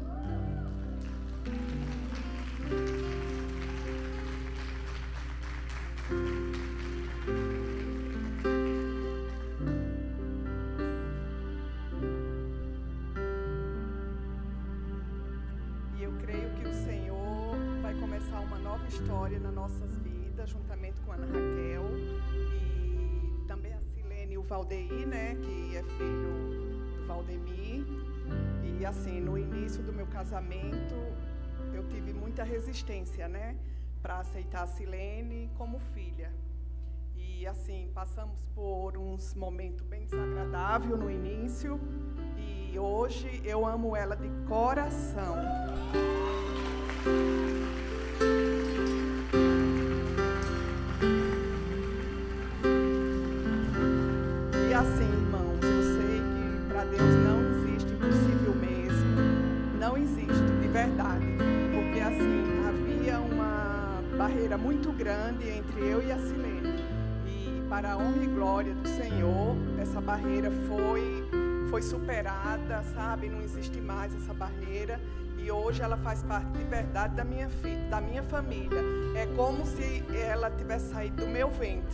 E eu creio que o Senhor vai começar uma nova história nas nossas vidas, juntamente com a Ana Raquel e também a Silene e o Valdeir, né, que é filho do Valdemir. E assim, no início do meu casamento, eu tive muita resistência, né, para aceitar a Silene como filha. E assim, passamos por uns momentos bem desagradáveis no início. E hoje eu amo ela de coração. E assim, irmãos, eu sei que para Deus não existe impossível mesmo. Não existe, de verdade. Porque assim, havia uma barreira muito grande entre eu e a Silene. E para a honra e glória do Senhor, essa barreira foi superada, sabe? Não existe mais essa barreira. E hoje ela faz parte de verdade da minha família. É como se ela tivesse saído do meu ventre.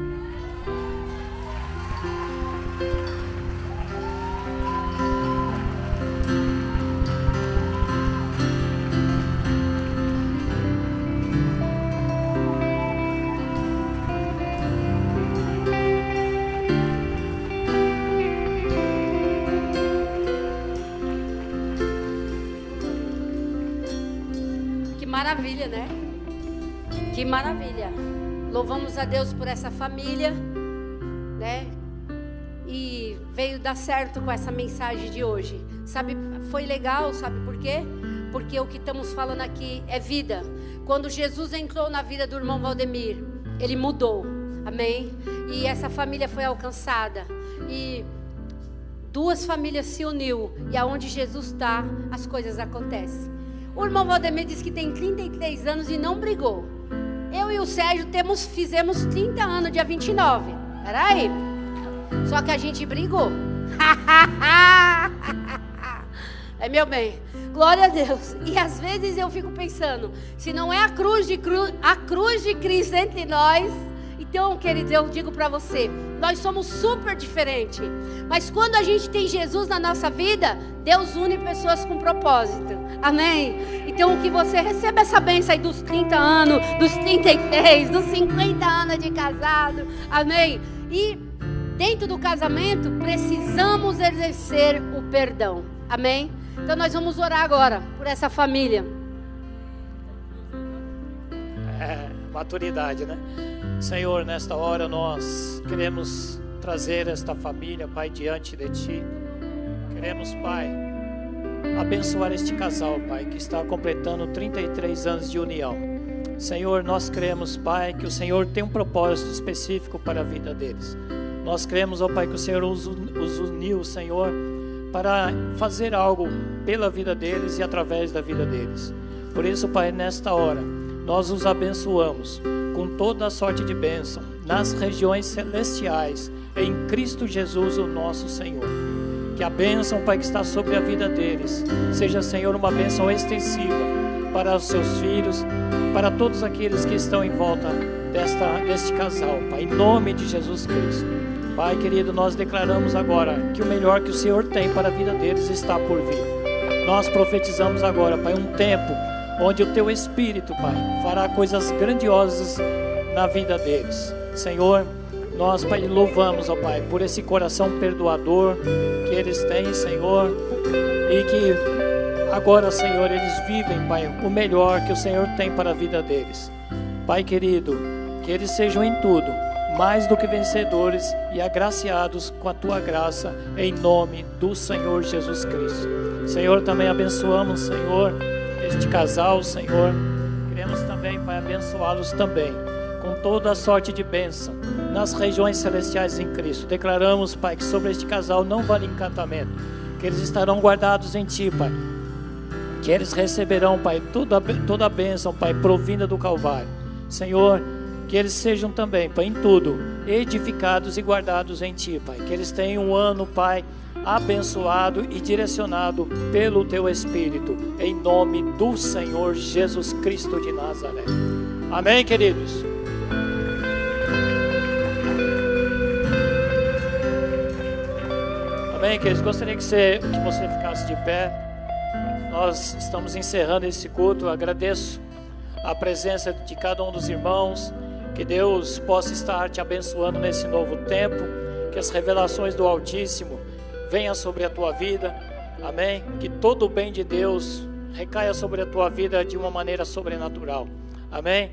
Maravilha, né? Que maravilha. Louvamos a Deus por essa família, né? E veio dar certo com essa mensagem de hoje. Sabe, foi legal, sabe por quê? Porque o que estamos falando aqui é vida. Quando Jesus entrou na vida do irmão Valdemir, ele mudou. Amém? E essa família foi alcançada. E duas famílias se uniu. E aonde Jesus está, as coisas acontecem. O irmão Valdemir disse que tem 33 anos e não brigou. Eu e o Sérgio fizemos 30 anos, dia 29. Peraí. Só que a gente brigou. É, meu bem. Glória a Deus. E às vezes eu fico pensando, se não é a cruz de Cristo entre nós, Então, queridos, eu digo para você, nós somos super diferentes. Mas quando a gente tem Jesus na nossa vida, Deus une pessoas com propósito. Amém? Então, que você receba essa bênção aí dos 30 anos, dos 33, dos 50 anos de casado. Amém? E dentro do casamento, precisamos exercer o perdão. Amém? Então, nós vamos orar agora por essa família. Maturidade, né? Senhor, nesta hora nós queremos trazer esta família, Pai, diante de Ti. Queremos, Pai, abençoar este casal, Pai, que está completando 33 anos de união. Senhor, nós cremos, Pai, que o Senhor tem um propósito específico para a vida deles. Nós cremos, ó Pai, que o Senhor os uniu, Senhor, para fazer algo pela vida deles e através da vida deles. Por isso, Pai, nesta hora, nós os abençoamos com toda a sorte de bênção nas regiões celestiais, em Cristo Jesus, o nosso Senhor. Que a bênção, Pai, que está sobre a vida deles, seja, Senhor, uma bênção extensiva para os seus filhos, para todos aqueles que estão em volta deste casal, Pai, em nome de Jesus Cristo. Pai querido, nós declaramos agora que o melhor que o Senhor tem para a vida deles está por vir. Nós profetizamos agora, Pai, um tempo onde o Teu Espírito, Pai, fará coisas grandiosas na vida deles. Senhor, nós, Pai, louvamos, ó Pai, por esse coração perdoador que eles têm, Senhor, e que agora, Senhor, eles vivem, Pai, o melhor que o Senhor tem para a vida deles. Pai querido, que eles sejam em tudo mais do que vencedores e agraciados com a Tua graça, em nome do Senhor Jesus Cristo. Senhor, também abençoamos, Senhor, este casal, Senhor. Queremos também, Pai, abençoá-los também com toda a sorte de bênção nas regiões celestiais em Cristo. Declaramos, Pai, que sobre este casal não vale encantamento, que eles estarão guardados em Ti, Pai, que eles receberão, Pai, toda a bênção, Pai, provinda do Calvário. Senhor, que eles sejam também, Pai, em tudo, edificados e guardados em Ti, Pai. Que eles tenham um ano, Pai, abençoado e direcionado pelo Teu Espírito, em nome do Senhor Jesus Cristo de Nazaré. Amém, queridos? Amém, queridos? Gostaria que você ficasse de pé. Nós estamos encerrando esse culto. Eu agradeço a presença de cada um dos irmãos. Que Deus possa estar te abençoando nesse novo tempo. Que as revelações do Altíssimo venham sobre a tua vida. Amém? Que todo o bem de Deus recaia sobre a tua vida de uma maneira sobrenatural. Amém?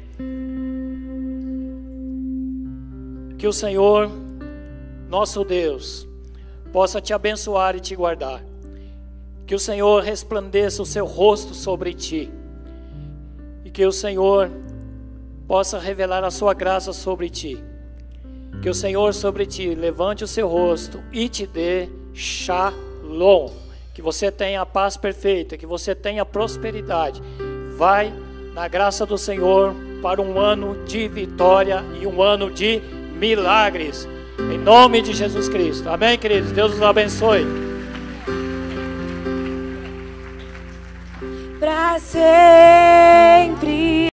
Que o Senhor, nosso Deus, possa te abençoar e te guardar. Que o Senhor resplandeça o seu rosto sobre ti. E que o Senhor possa revelar a sua graça sobre ti. Que o Senhor sobre ti levante o seu rosto e te dê shalom. Que você tenha a paz perfeita, que você tenha prosperidade. Vai na graça do Senhor para um ano de vitória e um ano de milagres. Em nome de Jesus Cristo. Amém, queridos? Deus os abençoe. Pra ser